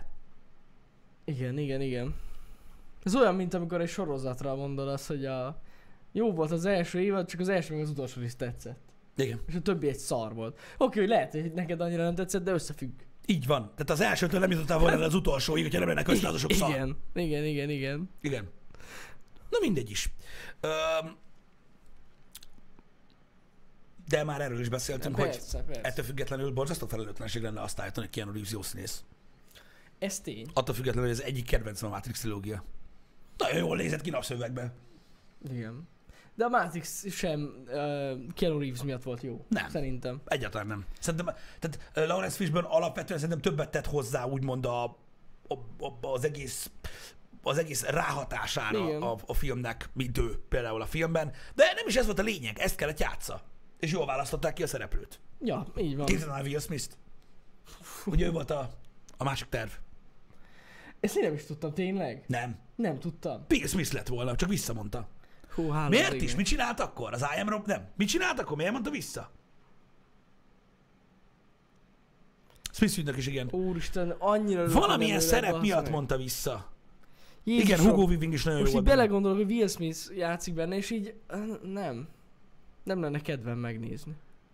A: Igen. Ez olyan, mint amikor egy sorozatra mondod azt, hogy jó volt az első évad, csak az első meg az utolsó rész tetszett.
B: Igen.
A: És a többi egy szar volt. Oké, hogy lehet, hogy neked annyira nem tetszett, de összefügg.
B: Így van. Tehát az elsőtől nem jutottál volna el az utolsóig, hogyha nem lennek össze az a sok szar.
A: Igen.
B: Igen. Na mindegy is. De már erről is beszéltünk,
A: Persze.
B: ettől függetlenül borzasztó felelőtlenség lenne azt állítani, hogy Keanu Reeves jó színész.
A: Ez tény.
B: Attól függetlenül, hogy ez egyik kedvencem a Matrix trilógia. Nagyon jól nézett ki napszövegben.
A: Igen. De a Matrix sem Keanu Reeves miatt volt jó.
B: Nem.
A: Szerintem.
B: Egyáltalán nem. Szerintem, tehát Lawrence Fishburne alapvetően szerintem többet tett hozzá, úgymond az egész ráhatására a filmnek, mint ő például a filmben. De nem is ez volt a lényeg, ezt kellett játsza. És jól választották ki a szereplőt.
A: Ja, így van.
B: Képzeld el Will Smith-t. Hogy ő volt a másik terv.
A: Ezt én nem is tudtam, tényleg?
B: Nem.
A: Nem tudtam.
B: Will Smith lett volna, csak visszamondta.
A: Hú, hála
B: Miért
A: az
B: is?
A: égnek.
B: Mit csinált akkor? Az I Am Rob? Nem. Mit csinált akkor? Miért mondta vissza? Smith ügynök is, igen.
A: Úristen, annyira...
B: Valamilyen
A: örülök
B: szerep
A: bele,
B: miatt
A: bassza
B: mondta vissza.
A: meg.
B: Igen,
A: Jézusom,
B: Hugo Weaving is nagyon jó
A: most
B: volt
A: így
B: benne.
A: belegondolok, hogy Will Smith játszik benne, és így nem. Nem lenne kedvem megnézni.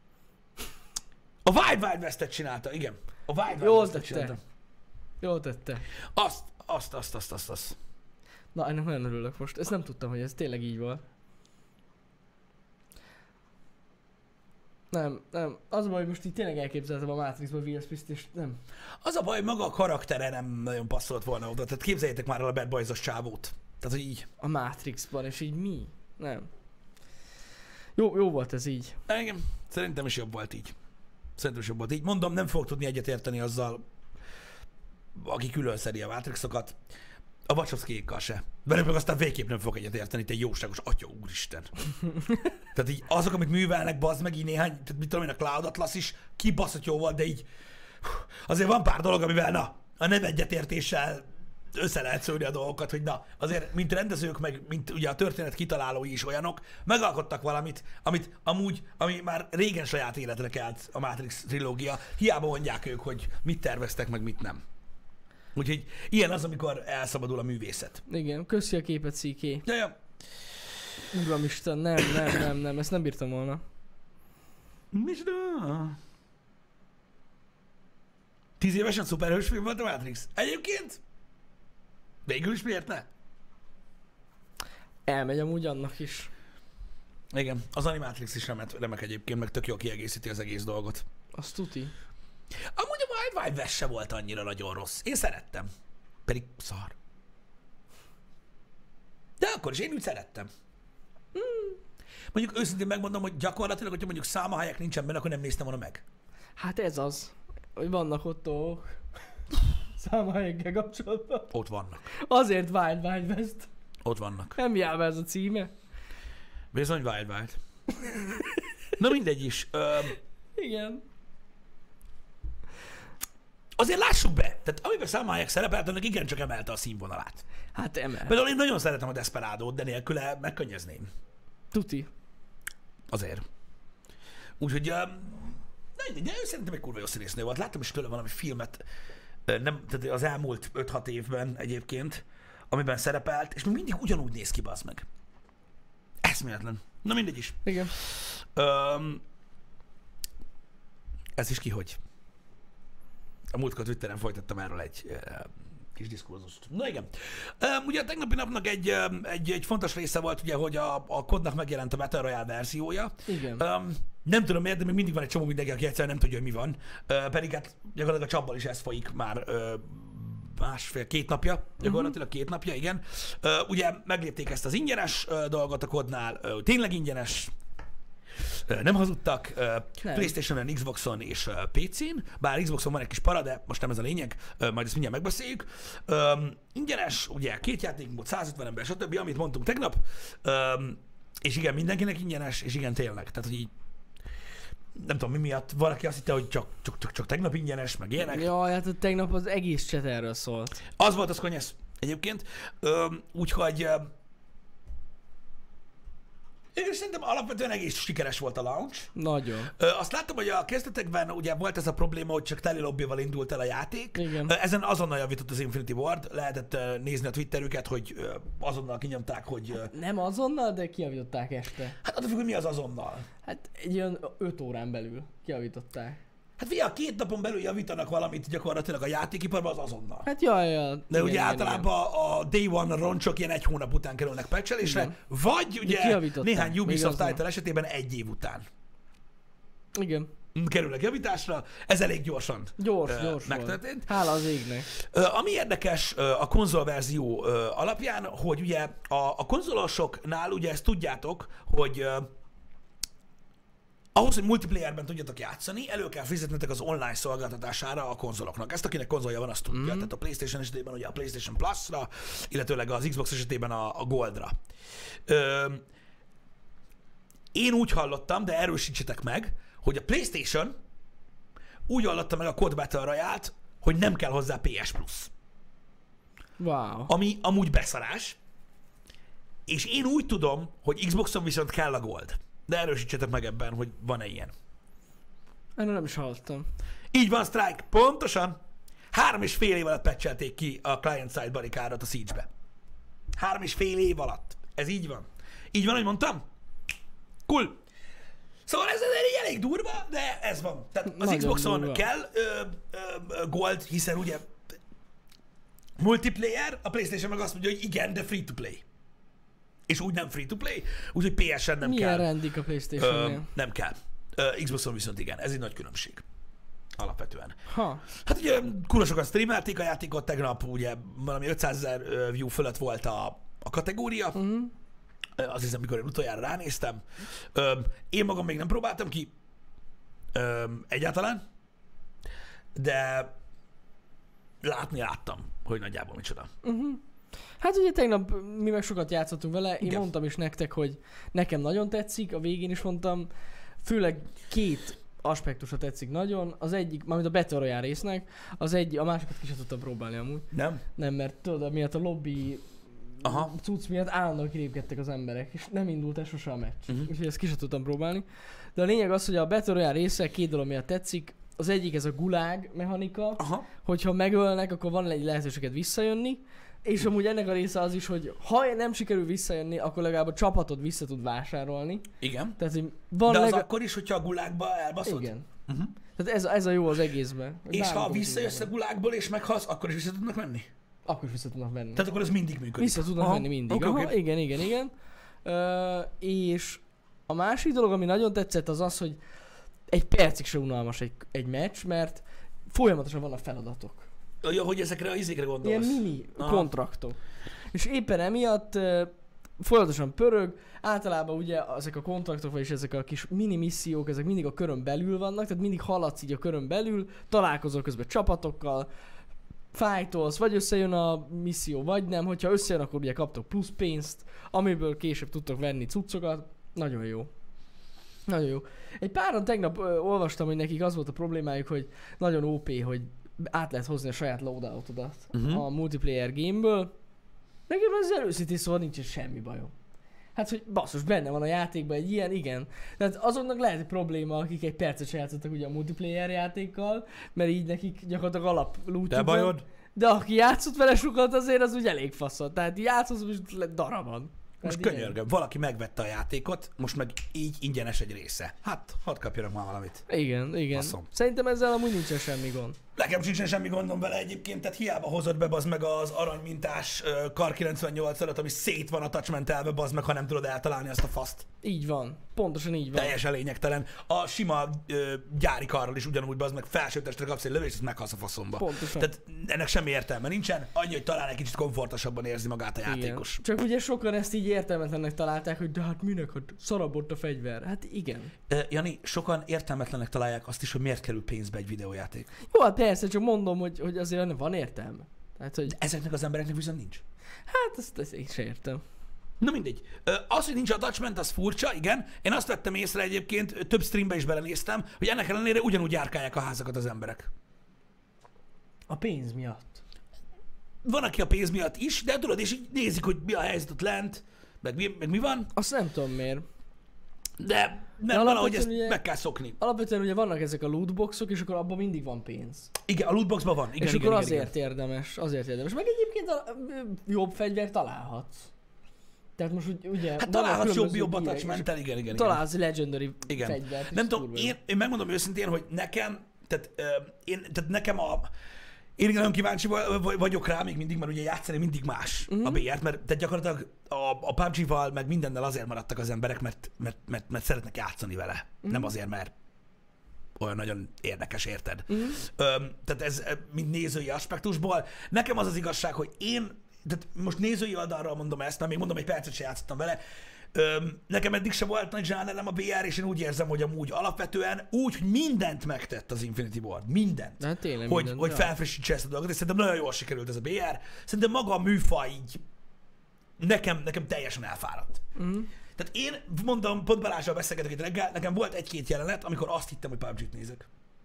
B: A Wild Wild West-et csinálta, igen. A Wild Wild
A: Jól
B: West-et
A: tette.
B: csinálta.
A: Jól tette.
B: Azt.
A: Na, ennek nagyon örülök most. Ezt nem tudtam, hogy ez tényleg így volt. Nem. Az a baj, hogy most így tényleg elképzeltem a Matrixban Will Smith-t, és nem.
B: Az a baj, maga a karaktere nem nagyon passzolt volna oda. Tehát képzeljétek már el a Bad Boys-os csávót. Tehát, hogy így.
A: A Matrixban, és így mi? Nem. Jó volt ez így.
B: Igen, szerintem is jobb volt így. Mondom, nem fogok tudni egyetérteni azzal, aki külön szedi a Matrixokat. A Wachowskiékkal se. Velük meg aztán végképp nem fogok egyetérteni, te jóságos atya úristen. Tehát így azok, amik művelnek, bazd meg így néhány, tehát mit tudom én, a Cloud Atlas is kibaszott jó volt, de így azért van pár dolog, amivel a nem egyetértéssel össze lehet szőni a dolgokat, hogy azért, mint rendezők, meg mint ugye a történet kitalálói is olyanok, megalkottak valamit, ami már régen saját életre kelt a Matrix trilógia. Hiába mondják ők, hogy mit terveztek, meg mit nem. Úgyhogy ilyen az, amikor elszabadul a művészet.
A: Igen, köszi a képet, Sziké.
B: Ja.
A: Uramisten, nem, ezt nem bírtam volna.
B: Micsoda? 10 évesen szuperhős film volt a Matrix. Egyébként? Végül is miért ne?
A: Elmegy amúgy annak is.
B: Igen, az Animatrix is remek egyébként, meg tök jól kiegészíti az egész dolgot.
A: Azt tuti.
B: Amúgy a Wild Wild West se volt annyira nagyon rossz. Én szerettem. Pedig de akkor is én úgy szerettem. Mondjuk őszintén megmondom, hogy gyakorlatilag, hogyha mondjuk Salma Hayek nincsen benne, akkor nem néztem volna meg.
A: Hát ez az, hogy vannak ott dolgok. Salma Hayekkel kapcsolatban.
B: Ott vannak.
A: Azért Wild Wild West.
B: Ott vannak.
A: Nem jár ez a címe.
B: Bizony Wild Wild. Na mindegy is.
A: Igen.
B: Azért lássuk be, tehát amiben Salma Hayek szerepelt, annak igencsak emelte a színvonalát.
A: Hát emel.
B: Például én nagyon szeretem a Desperado-t, de nélküle megkönnyezném.
A: Tuti.
B: Azért. Úgyhogy, de ő szerintem egy kurva jó színésznő volt. Láttam is tőle valami filmet, tehát az elmúlt 5-6 évben egyébként, amiben szerepelt, és még mindig ugyanúgy néz ki, bazd meg. Eszméletlen. Na mindegy is.
A: Igen.
B: Ez is kihogy. A múltkor Twitteren folytattam erről egy kis diskurzust. Na igen. Ugye a tegnapi napnak egy fontos része volt, ugye, hogy a kodnak megjelent a Battle Royale verziója.
A: Igen.
B: Nem tudom miért, de még mindig van egy csomó mindenki, aki egyszerűen nem tudja, hogy mi van. Pedig hát gyakorlatilag a csapból is ez folyik már két napja, gyakorlatilag 2 napja, igen. Ugye meglépték ezt az ingyenes dolgot a kodnál, tényleg ingyenes, nem hazudtak, PlayStation-on, Xboxon és PC-n, bár Xboxon van egy kis para, de most nem ez a lényeg, majd ezt mindjárt megbeszéljük. Ingyenes, ugye 2 játékmód, 150 ember, stb., amit mondtunk tegnap, és igen, mindenkinek ingyenes, és igen, tényleg, tehát hogy így nem tudom mi miatt, valaki azt hitte, hogy csak tegnap ingyenes, meg ilyenek.
A: Jaj, hát tegnap az egész chat erről szólt.
B: Az volt az konyesz egyébként, úgyhogy én szerintem alapvetően egész sikeres volt a launch.
A: Nagyon.
B: Azt láttam, hogy a kezdetekben ugye volt ez a probléma, hogy csak teli lobbival indult el a játék.
A: Igen.
B: Ezen azonnal javított az Infinity Ward, lehetett nézni a Twitterüket, hogy azonnal kinyomták, hogy...
A: Nem azonnal, de kiavították este.
B: Hát attól függ, hogy mi az azonnal.
A: Hát egy olyan 5 órán belül kiavították.
B: Hát figyelj, 2 napon belül javítanak valamit gyakorlatilag a játékiparban, az azonnal.
A: Hát jaj.
B: De
A: igen,
B: ugye általában a Day One roncsok ilyen 1 hónap után kerülnek patchelésre, vagy ugye néhány Ubisoft title esetében 1 év után.
A: Igen.
B: Kerülnek javításra, ez elég gyorsan
A: gyors
B: megtörtént.
A: Volt. Hála az égnek.
B: Ami érdekes a konzolverzió alapján, hogy ugye a konzolosoknál ugye ezt tudjátok, hogy ahhoz, hogy multiplayerben tudjatok játszani, elő kell fizetnetek az online szolgáltatására a konzoloknak. Ezt akinek konzolja van, azt tudja. Tehát a PlayStation esetében ugye a PlayStation Plus-ra, illetőleg az Xbox esetében a Goldra. Én úgy hallottam, de erősítsetek meg, hogy a PlayStation úgy hallotta meg a COD Battle Royale-t, hogy nem kell hozzá PS Plus.
A: Wow.
B: Ami amúgy beszarás. És én úgy tudom, hogy Xboxon viszont kell a Gold. De erősítsetek meg ebben, hogy van-e ilyen.
A: Erről nem is hallottam.
B: Így van, Strike. Pontosan. 3,5 év alatt patchelték ki a client-side barikádot a Siege-be. 3,5 év alatt. Ez így van. Így van, hogy mondtam? Cool. Szóval ez elég durva, de ez van. Tehát az
A: nagyon
B: Xboxon
A: durva.
B: kell Gold, hiszen ugye multiplayer, a PlayStation meg azt mondja, hogy igen, de free-to-play. És úgy nem free-to-play, úgyhogy PS-en nem
A: Milyen
B: kell.
A: rendik a PlayStation-nél?
B: Nem kell. Xboxon viszont igen, ez egy nagy különbség. Alapvetően.
A: Ha.
B: Hát ugye kurva sokan streamelték a játékot, tegnap ugye valami 500 000 view fölött volt a kategória. Azt hiszem, mikor én utoljára ránéztem. Én magam még nem próbáltam ki egyáltalán, de láttam, hogy nagyjából micsoda.
A: Hát ugye tegnap mi meg sokat játszottunk vele, én
B: Igen.
A: mondtam is nektek, hogy nekem nagyon tetszik, a végén is mondtam, főleg két aspektusa tetszik nagyon, az egyik, mármint a Battle Royale résznek, a másikat ki sem tudtam próbálni amúgy. Nem, mert tudod, miatt a lobby cucc miatt állandóan kilépkedtek az emberek, és nem indult el sose a meccs. Úgyhogy ezt ki sem tudtam próbálni. De a lényeg az, hogy a Battle Royale része két dolog miatt tetszik. Az egyik ez a gulág mechanika, hogyha megölnek, akkor van egy lehetőséget visszajönni, és amúgy ennek a része az is, hogy ha nem sikerül visszajönni, akkor legalább a csapatod vissza tud vásárolni.
B: Igen.
A: Tehát, hogy van
B: de az akkor is, hogyha a gulágba elbaszod?
A: Igen. Tehát ez a jó az egészben.
B: És ha visszajössz a gulágból és meghalsz, akkor is vissza tudnak menni?
A: Akkor is vissza tudnak venni.
B: Tehát akkor ez mindig működik.
A: Vissza tudnak venni mindig.
B: Okay.
A: Igen. És a másik dolog, ami nagyon tetszett, az az, hogy egy percig se unalmas egy meccs, mert folyamatosan vannak feladatok.
B: Ja, hogy ezekre a izékre gondolsz.
A: Ilyen mini kontraktok. És éppen emiatt folyamatosan pörög, általában ugye ezek a kontraktok, vagyis ezek a kis mini missziók, ezek mindig a körön belül vannak, tehát mindig haladsz így a körön belül, találkozol közben csapatokkal, fájtolsz, vagy összejön a misszió, vagy nem. Hogyha összejön, akkor ugye kaptok plusz pénzt, amiből később tudtok venni cuccokat. Nagyon jó. Nagyon jó. Egy páran tegnap olvastam, hogy nekik az volt a problémájuk, hogy nagyon OP, hogy át lehet hozni a saját loadoutodat a multiplayer gameből. Nekem ezzel őszintén szóval nincsen semmi bajom. Hát, hogy basszus, benne van a játékban egy ilyen, igen. Tehát azoknak lehet egy probléma, akik egy percet se játszottak ugye a multiplayer játékkal, mert így nekik gyakorlatilag alap lootjuk.
B: De bajod?
A: De aki játszott vele sokat, azért az úgy elég faszol. Tehát játszott, és darabban.
B: Most könyörgöm, valaki megvette a játékot, most meg így ingyenes egy része. Hát, hadd kapjanak már valamit.
A: Igen.
B: Faszom.
A: Szerintem ezzel amúgy nincsen semmi gond.
B: Nekem sincsen semmi gondom vele egyébként, tehát hiába hozott be bazd meg az aranymintás Kar 98-at, ami szét van a touchmentelve, bazd meg, ha nem tudod eltalálni azt a faszt.
A: Így van. Pontosan így van.
B: Teljesen lényegtelen. A sima gyári karral is ugyanúgy bazd meg, felső testre kapsz egy lövést, és meghalsz a faszomba.
A: Pontosan.
B: Tehát ennek semmi értelme nincsen, annyi, hogy talán egy kicsit komfortosabban érzi magát a játékos.
A: Igen. Csak ugye sokan ezt így értelmetlennek találták, hogy de hát minek, hogy szarabb ott a fegyver. Hát igen.
B: Jani, sokan értelmetlennek találják azt is, hogy miért kerül pénzbe egy videójáték.
A: Jó, hát persze, csak mondom, hogy azért van értelme. Tehát, hogy...
B: Ezeknek az embereknek viszont nincs.
A: Hát ezt én sem értem.
B: Na mindegy. Az, hogy nincs attachment, az furcsa, igen. Én azt vettem észre egyébként, több streambe is belenéztem, hogy ennek ellenére ugyanúgy járkálják a házakat az emberek.
A: A pénz miatt.
B: Van, aki a pénz miatt is, de tudod, és így nézik, hogy mi a helyzet ott lent, meg mi van.
A: Azt nem tudom miért.
B: De valahogy ezt ugye, meg kell szokni.
A: Alapvetően ugye vannak ezek a lootboxok, és akkor abban mindig van pénz.
B: Igen, a lootboxban van. Igen,
A: és
B: igen,
A: akkor
B: igen,
A: azért érdemes. Meg egyébként jobb fegyver találhatsz. Tehát most ugye...
B: Hát találhatsz jobb attachment-tel, igen.
A: Találsz legendary fegyvert.
B: Nem tudom, én megmondom őszintén, hogy nekem, nekem én nagyon kíváncsi vagyok rá még mindig, mert ugye játszani mindig más a BR-t, mert tehát gyakorlatilag a PUBG-val meg mindennel azért maradtak az emberek, mert szeretnek játszani vele. Nem azért, mert olyan nagyon érdekes, érted? Tehát ez mind nézői aspektusból. Nekem az az igazság, hogy tehát most nézői oldalról mondom ezt, mert még mondom, egy percet sem játszottam vele. Nekem eddig sem volt nagy zsánerem a BR, és én úgy érzem, hogy amúgy alapvetően úgy, hogy mindent megtett az Infinity Ward. Mindent.
A: Hát tényleg
B: hogy felfrissítse ezt a dolgot, és szerintem nagyon jól sikerült ez a BR. Szerintem maga a műfaj így nekem teljesen elfáradt. Tehát én mondom, pont Balázsral beszélgetek itt reggel, nekem volt egy-két jelenet, amikor azt hittem, hogy PUBG-t nézek.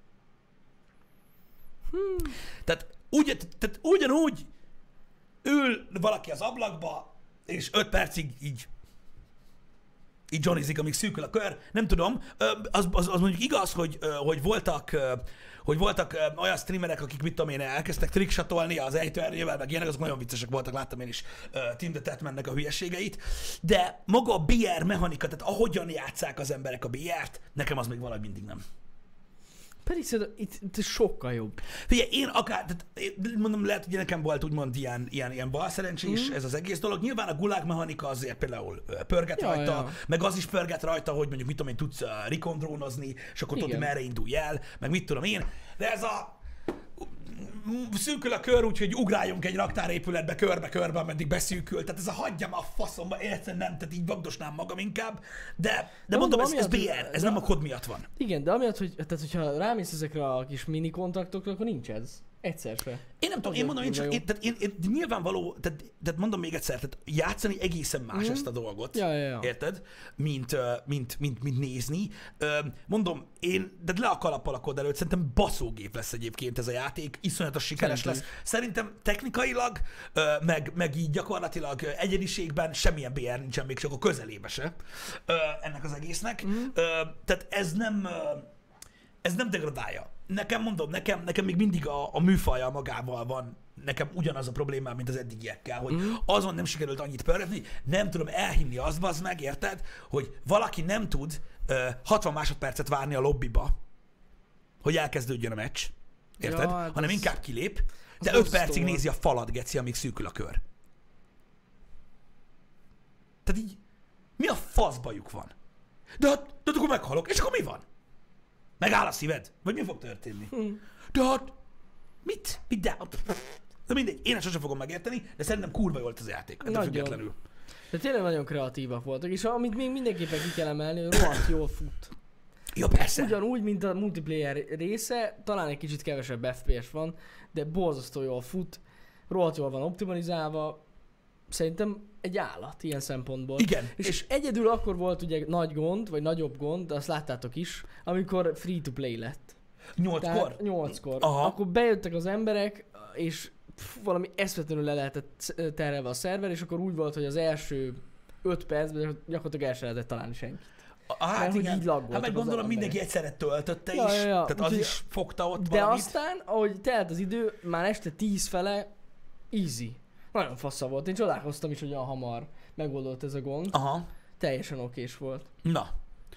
B: Tehát ugyanúgy ül valaki az ablakba, és 5 percig így johnnyzik, amíg szűkül a kör. Nem tudom, az mondjuk igaz, hogy voltak olyan streamerek, akik mit tudom én, elkezdtek trickshatolni az ejtőernyővel, meg ilyenek, azok nagyon viccesek voltak, láttam én is Team the Tatmannek a hülyeségeit, de maga a BR mechanika, tehát ahogyan játsszák az emberek a BR-t, nekem az még valahogy mindig nem.
A: Pedig szerintem itt sokkal jobb.
B: Figyelj, én akár, tehát mondom, lehet, hogy nekem volt úgymond ilyen balszerencsés ez az egész dolog. Nyilván a gulag mechanika azért például pörget rajta, meg az is pörget rajta, hogy mondjuk mit tudom én, tudsz recon-drónozni, és akkor tudod, merre indulj el, meg mit tudom én. De ez a szűkül a kör, úgyhogy ugráljunk egy raktárépületbe körbe-körbe, ameddig beszűkül. Tehát ez a hagyjam a faszomba, egyszerűen nem, tehát így vagdosnám magam inkább. De mondom, ez BR, ez nem a kod miatt van.
A: Igen, de amiatt, hogy tehát, hogyha rámész ezekre a kis mini kontaktokra, akkor nincs ez. Egyszer se.
B: Én nem tudom, én mondom, én nyilvánvaló, tehát mondom még egyszer, tehát játszani egészen más ezt a dolgot.
A: Ja.
B: Érted? Mint nézni. Mondom, de le a kalappal a kod előtt, szerintem baszógép lesz egyébként ez a játék, iszonyatos sikeres lesz. Szerintem technikailag, meg így gyakorlatilag egyediségben semmilyen BR nincsen, még csak a közelébe se ennek az egésznek. Tehát ez nem degradálja. Nekem mondom, nekem még mindig a műfaja magával van, nekem ugyanaz a problémám, mint az eddigiekkel, hogy azon nem sikerült annyit pörgetni, nem tudom elhinni azt, bazd meg, érted, hogy valaki nem tud 60 másodpercet várni a lobbiba, hogy elkezdődjön a meccs, érted?
A: Ja,
B: hanem inkább kilép, de 5 percig nézi a falat, geci, amíg szűkül a kör. Tehát így, mi a fasz bajuk van? De akkor meghalok, és akkor mi van? Megáll a szíved? Vagy mi fog történni? De hát, mit? De mindegy, én ezt sosem fogom megérteni, de szerintem kurva volt az játék, ettől függetlenül.
A: De tényleg nagyon kreatívak voltak, és amit még mindenképpen ki kell emelni, hogy rohadt jól fut.
B: Ja, persze.
A: Ugyanúgy, mint a multiplayer része, talán egy kicsit kevesebb FPS van, de borzasztó jól fut, rohadt jól van optimalizálva, szerintem egy állat ilyen szempontból.
B: Igen.
A: És egyedül akkor volt ugye nagy gond, vagy nagyobb gond, de azt láttátok is, amikor free-to-play lett.
B: 8-kor?
A: 8-kor. Akkor bejöttek az emberek, és valami eszvetlenül le lehetett terelve a szerver, és akkor úgy volt, hogy az első 5 percben gyakorlatilag el sem lehetett találni senkit.
B: Hát igen, hát meg gondolom mindenki egyszerre töltötte is, tehát az is fogta ott
A: de
B: valamit.
A: Aztán, ahogy telt az idő, már este 10 fele, easy. Nagyon fassza volt. Én csodálkoztam is, hogy olyan hamar megoldott ez a gond. Teljesen okés volt.
B: Na.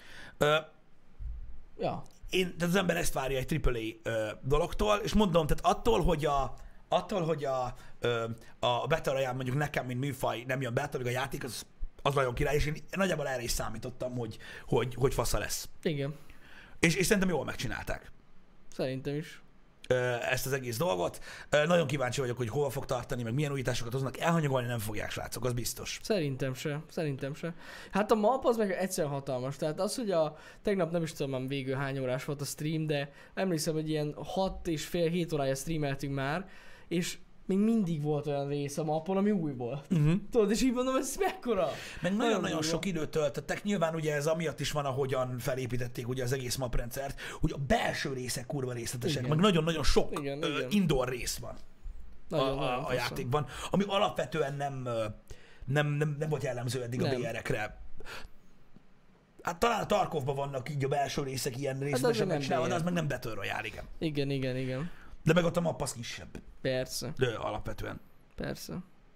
A: Ja.
B: Tehát az ember ezt várja egy AAA dologtól, és mondom, tehát attól, hogy a Battle Royale mondjuk nekem, mint műfaj nem jön be, attól, hogy a játék az nagyon király, és én nagyjából erre is számítottam, hogy fasza lesz.
A: Igen.
B: És szerintem jól megcsinálták.
A: Szerintem is.
B: Ezt az egész dolgot. Nagyon kíváncsi vagyok, hogy hova fog tartani, meg milyen újításokat hoznak. Elhanyagolni nem fogják, srácok, az biztos.
A: Szerintem se. Hát a map az meg egyszerűen hatalmas. Tehát az, hogy tegnap nem is tudom már végül hány órás volt a stream, de emlékszem, hogy ilyen 6,5-7 órája streameltünk már, és még mindig volt olyan rész a mapon, ami új volt. Tudod, és így mondom, ez mekkora?
B: Meg nagyon-nagyon sok időt töltöttek. Nyilván ugye ez amiatt is van, ahogyan felépítették ugye az egész maprendszert, hogy a belső részek kurva részletesek, meg nagyon-nagyon sok indoor rész van a játékban, ami alapvetően nem volt jellemző eddig a BR-ekre. Hát talán a Tarkovban vannak így a belső részek ilyen részletesen megcsinálva, de az meg nem Battle Royale, igen.
A: Igen.
B: De meg ott a map az kisebb.
A: Persze.
B: De alapvetően.
A: Persze.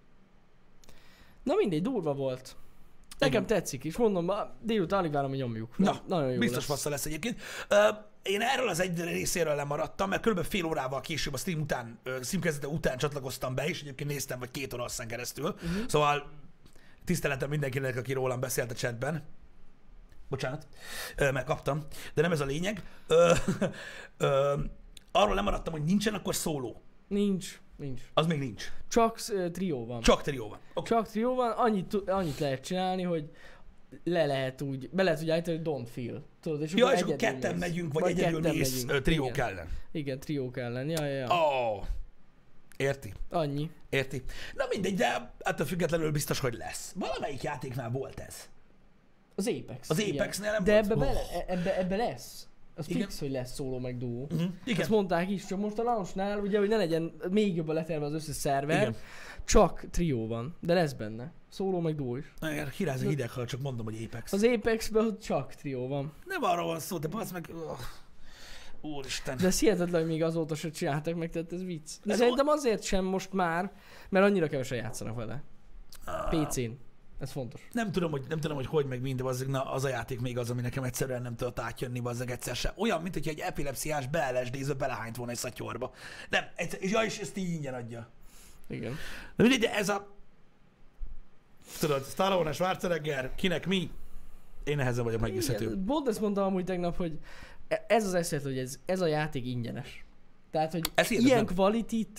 A: Na mindegy, durva volt. Nekem tetszik is, mondom, délután alig várom, hogy nyomjuk.
B: Na,
A: nagyon jó
B: biztos fassza lesz egyébként. Én erről az egy részéről lemaradtam, mert kb. Fél órával később a stream kezdete után csatlakoztam be, és egyébként néztem, vagy 2 óra aztán keresztül. Szóval tiszteletem mindenkinek, aki rólam beszélt a chatben. Bocsánat, megkaptam, de nem ez a lényeg. Arról lemaradtam, hogy nincsen akkor szóló.
A: Nincs.
B: Az még nincs.
A: Csak trió van.
B: Csak trió van. Okay.
A: Csak trió van, annyit lehet csinálni, hogy be lehet úgy állítani, hogy don't feel. Tudod, és
B: ja, és akkor ketten megyünk, vagy egyedül mész triók ellen.
A: Igen, triók ellen, ja.
B: Érti.
A: Annyi.
B: Érti. Na mindegy, de attól függetlenül biztos, hogy lesz. Valamelyik játéknál volt ez.
A: Az Apex.
B: Az Apexnél nem
A: de
B: volt.
A: De ebbe lesz. Az fix, hogy lesz szóló meg duó.
B: Igen.
A: Ezt mondták is, csak most a launchnál, ugye, hogy ne legyen még jobban leterve az összes szerver, csak trió van, de lesz benne. Szóló meg duó is.
B: Kiráz a hideg, ha csak mondom, hogy Apex.
A: Az Apexben csak trió van.
B: Nem arról van szó, de bazd meg... Úristen.
A: De ez hihetetlen, hogy még azóta se csináltak meg, tehát ez vicc. De szerintem azért sem most már, mert annyira kevesen játszanak vele. PC-n. Ez fontos.
B: Nem tudom, hogy meg mind, de az a játék még az, ami nekem egyszerűen nem tudott átjönni, bazzeg egyszer sem. Olyan, mint hogyha egy epilepsziás be-LSD-zve belehányt volna egy szatyorba. Nem, és ezt így ingyen adja.
A: Igen.
B: De mindegy, de ez a... Tudod, Stallone, Schwarzenegger, kinek mi? Én nehezen vagyok megnézhető.
A: Pont ezt mondtam amúgy tegnap, hogy ez az eszet, hogy ez a játék ingyenes. Tehát, hogy ilyen kvalitit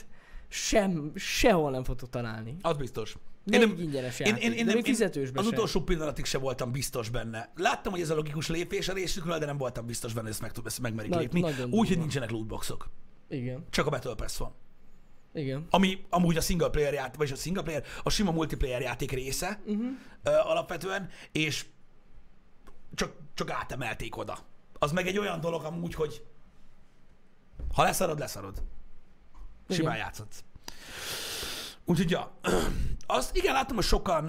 A: sehol nem fogtok találni.
B: Az biztos.
A: Még ingyenes játék, de még fizetősben
B: az
A: sem.
B: utolsó pillanatig se voltam biztos benne. Láttam, hogy ez a logikus lépés a részükről, de nem voltam biztos benne, hogy ezt megmerik lépni. Úgy, hogy nincsenek lootboxok.
A: Igen.
B: Csak a Battle Pass van.
A: Igen.
B: Ami amúgy a single player játék, vagyis a single player, a sima multiplayer játék része alapvetően, és csak átemelték oda. Az meg egy olyan dolog amúgy, hogy ha leszarod. Simán játszhatsz. Úgyhogy ja, azt igen, láttam, hogy sokan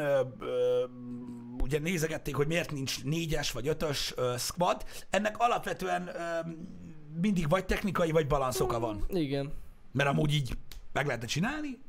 B: ugye nézegették, hogy miért nincs 4-es vagy 5-ös squad. Ennek alapvetően mindig vagy technikai, vagy balansz van.
A: Igen.
B: Mert amúgy így meg lehetne csinálni?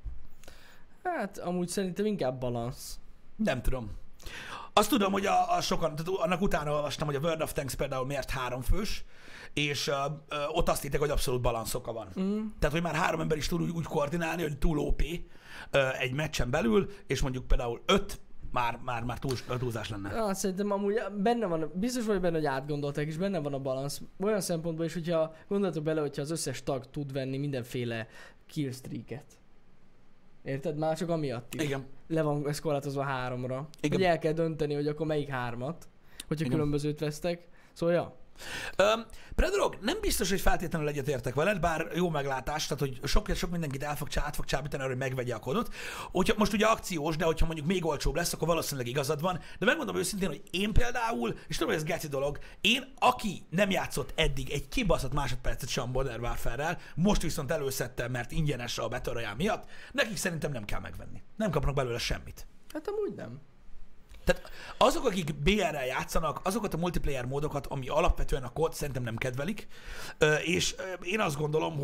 A: Hát amúgy szerintem inkább balansz.
B: Nem tudom. Azt tudom, hogy a sokan, tehát annak utána olvastam, hogy a World of Tanks például miért 3 fős, és ott azt hittek, hogy abszolút balanszok van. Tehát, hogy már 3 ember is tud úgy koordinálni, hogy túl OP egy meccsen belül, és mondjuk például 5 már túlzás lenne.
A: Ja, szerintem amúgy benne van, biztos vagy benne, hogy átgondolták, és benne van a balansz. Olyan szempontból is, hogyha gondoltok bele, hogyha az összes tag tud venni mindenféle killstreaket. Érted? Már csak amiatt is.
B: Igen.
A: Le van ez korlátozva 3-ra.
B: Igen.
A: Hogy el kell dönteni, hogy akkor melyik 3-at, hogyha igen, különbözőt vesztek. Szóval ja.
B: Predrog, nem biztos, hogy feltétlenül egyetértek veled, bár jó meglátás, tehát hogy sok mindenkit át fog csábítani arra, hogy megvegye a kodot. Hogyha most ugye akciós, de hogyha mondjuk még olcsóbb lesz, akkor valószínűleg igazad van. De megmondom őszintén, hogy én például, és tudom, hogy ez geci dolog, én, aki nem játszott eddig egy kibaszott másodpercet sem Modern Warfare-rel, most viszont előszedtem, mert ingyenes a Battle Royale miatt, nekik szerintem nem kell megvenni. Nem kapnak belőle semmit.
A: Hát amúgy nem.
B: Tehát azok, akik BR-rel játszanak, azokat a multiplayer módokat, ami alapvetően a kód, szerintem nem kedvelik, és én azt gondolom,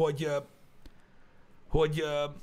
B: hogy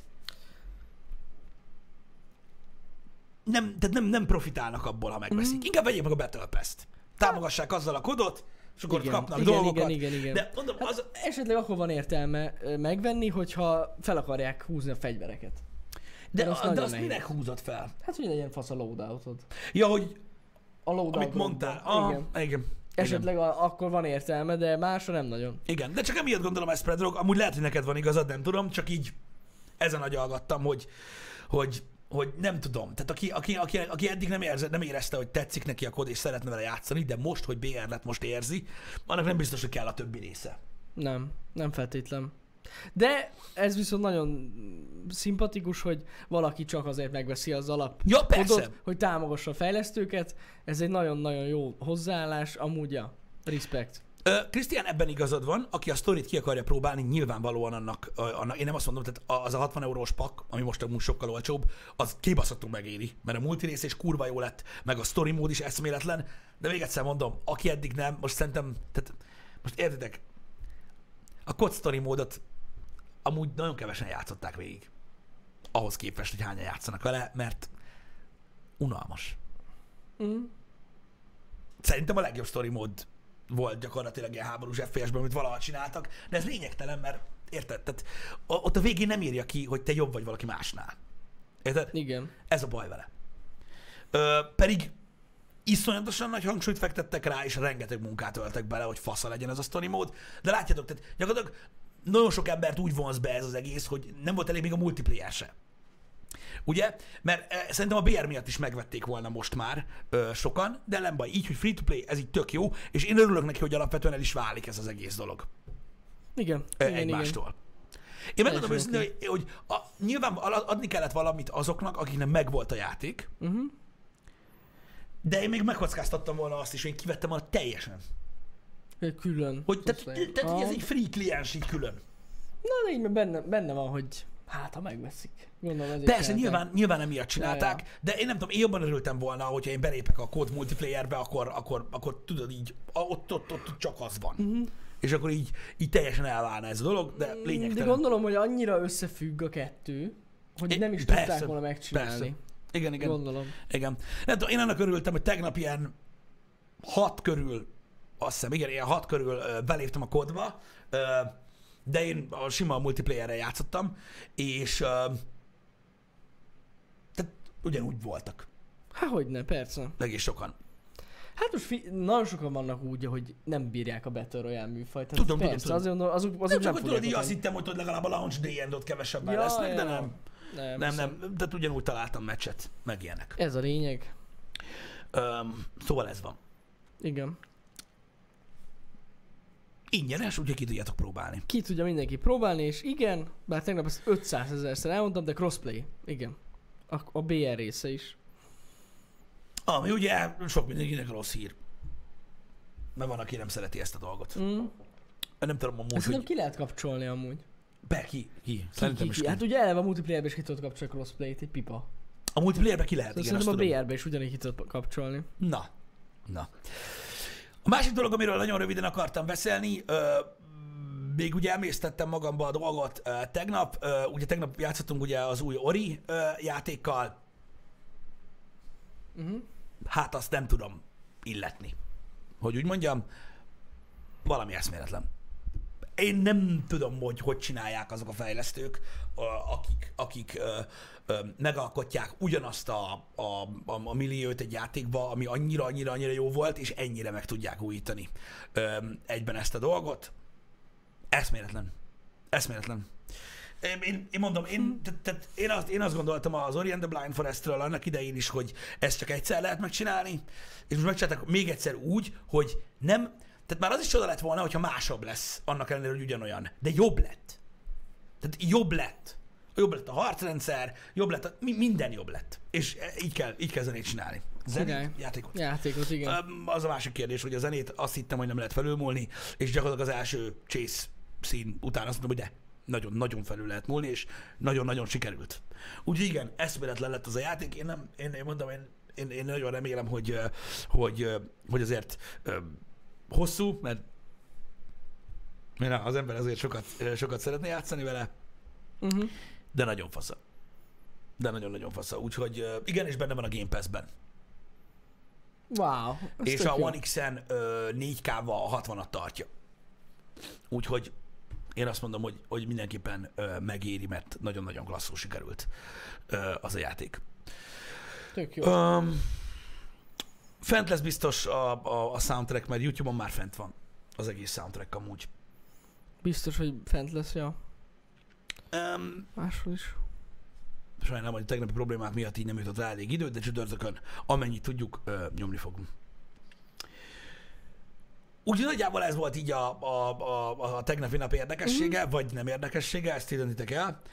B: nem profitálnak abból, ha megveszik. Inkább vegyék meg a Battle Pass-t. Támogassák azzal a kodot, és akkor kapnak dolgokat.
A: Igen.
B: De mondom,
A: hát esetleg akkor van értelme megvenni, hogyha fel akarják húzni a fegyvereket.
B: De azt minek húzod fel?
A: Hát, hogy legyen fasz a loadoutod.
B: Ja, hogy
A: a loadout
B: amit mondtál. Igen.
A: Esetleg akkor van értelme, de másra nem nagyon.
B: Igen, de csak emiatt gondolom ezt, Predrog. Amúgy lehet, hogy neked van igazad, nem tudom, csak így ezen agyalgattam, hogy nem tudom. Tehát aki eddig nem érezte, hogy tetszik neki a kód és szeretne vele játszani, de most, hogy BR lett, most érzi, annak nem biztos, hogy kell a többi része.
A: Nem feltétlen. De ez viszont nagyon szimpatikus, hogy valaki csak azért megveszi az alap kodot, hogy támogassa a fejlesztőket. Ez egy nagyon-nagyon jó hozzáállás, amúgy ja, respect.
B: Krisztián, ebben igazad van, aki a sztorit ki akarja próbálni, nyilvánvalóan annak, én nem azt mondom, tehát az a 60 eurós pak, ami most amúgy sokkal olcsóbb, az kibaszottul megéri, mert a multirész is kurva jó lett, meg a story mód is eszméletlen, de még egyszer mondom, aki eddig nem, most szerintem, tehát most értitek, a COD story módot amúgy nagyon kevesen játszották végig. Ahhoz képest, hogy hányan játszanak vele, mert unalmas. Szerintem a legjobb story mód volt gyakorlatilag ilyen háborús FPS-ben, amit valaha csináltak, de ez lényegtelen, mert érted? Tehát ott a végén nem írja ki, hogy te jobb vagy valaki másnál. Érted?
A: Igen.
B: Ez a baj vele. Pedig iszonyatosan nagy hangsúlyt fektettek rá, és rengeteg munkát öltek bele, hogy fasza legyen ez a story mód. De látjátok, tehát gyakorlatilag nagyon sok embert úgy vonz be ez az egész, hogy nem volt elég még a multiplayer se. Ugye? Mert szerintem a BR miatt is megvették volna most már sokan, de nem baj. Így, hogy free-to-play, ez így tök jó, és én örülök neki, hogy alapvetően el is válik ez az egész dolog.
A: Igen.
B: Egymástól. Én megmondom őszintén, hogy nyilván adni kellett valamit azoknak, akiknek megvolt a játék, de én még megkockáztattam volna azt is, hogy én kivettem volna teljesen.
A: Külön.
B: Hogy, tehát hogy ez egy free kliens így külön.
A: Na, de így benne van, hogy hát, ha megveszik. Gondolom,
B: persze, nyilván emiatt csinálták, de én nem tudom, én jobban örültem volna, hogyha én belépek a COD multiplayerbe, akkor tudod így, ott csak az van. És akkor így teljesen elválna ez a dolog, de lényegtelen.
A: De gondolom, hogy annyira összefügg a kettő, hogy nem is tudták volna megcsinálni.
B: Igen.
A: Gondolom.
B: Igen. Nem tudom, én annak örültem, hogy tegnap ilyen 6 körül, azt hiszem, igen, ilyen 6 körül beléptem a kodba, de én a sima multiplayerrel játszottam, és tehát ugyanúgy voltak.
A: Há, hogyne, persze.
B: Egész sokan.
A: Hát most nagyon sokan vannak úgy, hogy nem bírják a Battle Royale műfajt.
B: Tudom.
A: Azért azok
B: Nem
A: nem
B: csak, hogy tudod, így
A: fogják
B: azt hittem, hogy legalább a launch day-en ott kevesebben
A: Ja,
B: lesznek, de
A: ja.
B: nem. De ugyanúgy találtam meccset, meg ilyenek.
A: Ez a lényeg.
B: Szóval ez van.
A: Igen.
B: Ingyenes, úgyhogy ki tudjátok próbálni.
A: Ki tudja mindenki próbálni, és igen, bár tegnap ezt 500 000-szer elmondtam, de crossplay. Igen. A BR része is.
B: Ami ugye sok mindenkinek rossz hír. Mert van, aki nem szereti ezt a dolgot. Nem tudom amúgy,
A: Ezt
B: hogy...
A: ki lehet kapcsolni amúgy.
B: Ki? Szerintem is ki.
A: Hát ugye eleve a multiplayerbe is ki tudod kapcsolni crossplay-t, egy pipa.
B: A multiplayerbe ki lehet, igen, azt
A: Szerintem
B: tudom.
A: a BR-be is ugyanígy ki tudod kapcsolni.
B: Na. A másik dolog, amiről nagyon röviden akartam beszélni, még ugye emésztettem magamba a dolgot tegnap. Ugye tegnap játszottunk ugye az új Ori játékkal. Hát azt nem tudom illetni. Hogy úgy mondjam, valami eszméletlen. Én nem tudom, hogy csinálják azok a fejlesztők, akik megalkotják ugyanazt a milliót egy játékba, ami annyira jó volt, és ennyire meg tudják újítani egyben ezt a dolgot. Eszméletlen. Én mondom, én azt gondoltam az Ori and the Blind Forestről annak idején is, hogy ezt csak egyszer lehet megcsinálni, és most megcsinálták még egyszer úgy, hogy nem, tehát már az is csoda lett volna, hogyha másabb lesz, annak ellenére, hogy ugyanolyan. De jobb lett. Tehát jobb lett. Jobb lett a harcrendszer, jobb lett, minden jobb lett. És így kell zenét csinálni. Zenét,
A: Játékot, igen.
B: Az a másik kérdés, hogy a zenét azt hittem, hogy nem lehet felülmúlni, és gyakorlatilag az első chase szín után azt mondom, hogy de. Nagyon felül lehet múlni, és nagyon sikerült. Úgyhogy igen, eszméletlen lett az a játék. Én nagyon remélem, hogy azért hosszú, mert az ember azért sokat szeretne játszani vele, de nagyon fasza. De nagyon fasza. Úgyhogy igen, és benne van a Game Pass-ben.
A: Wow.
B: És a One X-en 4K-val 60-at tartja. Úgyhogy én azt mondom, hogy mindenképpen megéri, mert nagyon-nagyon klasszul sikerült az a játék.
A: Tök jó.
B: Fent lesz biztos a soundtrack, mert YouTube-on már fent van az egész soundtrack amúgy.
A: Biztos, hogy fent lesz, ja. Máshol is.
B: Sajnálom, hogy a tegnapi problémák miatt így nem jutott rá elég időt, de csütörtökön amennyit tudjuk, nyomni fogunk. Úgyhogy nagyjából ez volt így a tegnapi nap érdekessége, vagy nem érdekessége, ezt így el.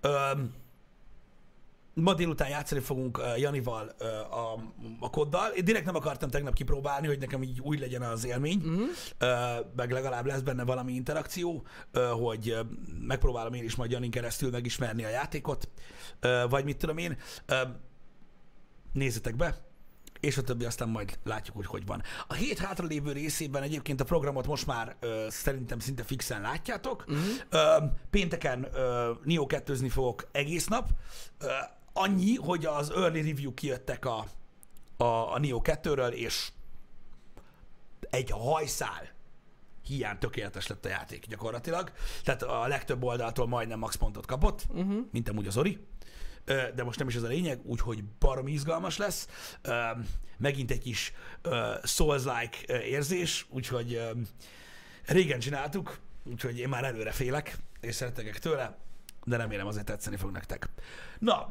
B: Ma délután játszani fogunk Janival a koddal. Én direkt nem akartam tegnap kipróbálni, hogy nekem így úgy legyen az élmény, meg legalább lesz benne valami interakció, hogy megpróbálom én is majd Janin keresztül megismerni a játékot, vagy mit tudom én. Nézzetek be, és a többi aztán majd látjuk, hogy van. A hét hátralévő részében egyébként a programot most már szerintem szinte fixen látjátok. Pénteken Nioh 2-zni fogok egész nap. Annyi, hogy az early review kijöttek a Nioh 2-ről, és egy hajszál hiány tökéletes lett a játék gyakorlatilag. Tehát a legtöbb oldaltól majdnem max pontot kapott, mint amúgy az Ori. De most nem is ez a lényeg, úgyhogy baromi izgalmas lesz. Megint egy kis Souls-like érzés, úgyhogy régen csináltuk, úgyhogy én már előre félek, és szeretegek tőle, de remélem azért tetszeni fog nektek. Na,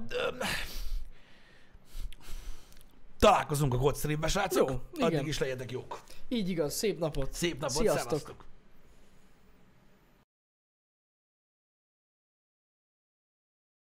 B: találkozunk a Godstreambe, srácok.
A: Jó,
B: addig
A: igen.
B: is legyetek jók.
A: Így igaz, szép napot.
B: Szép napot,
A: Sziasztok.
B: szevasztok.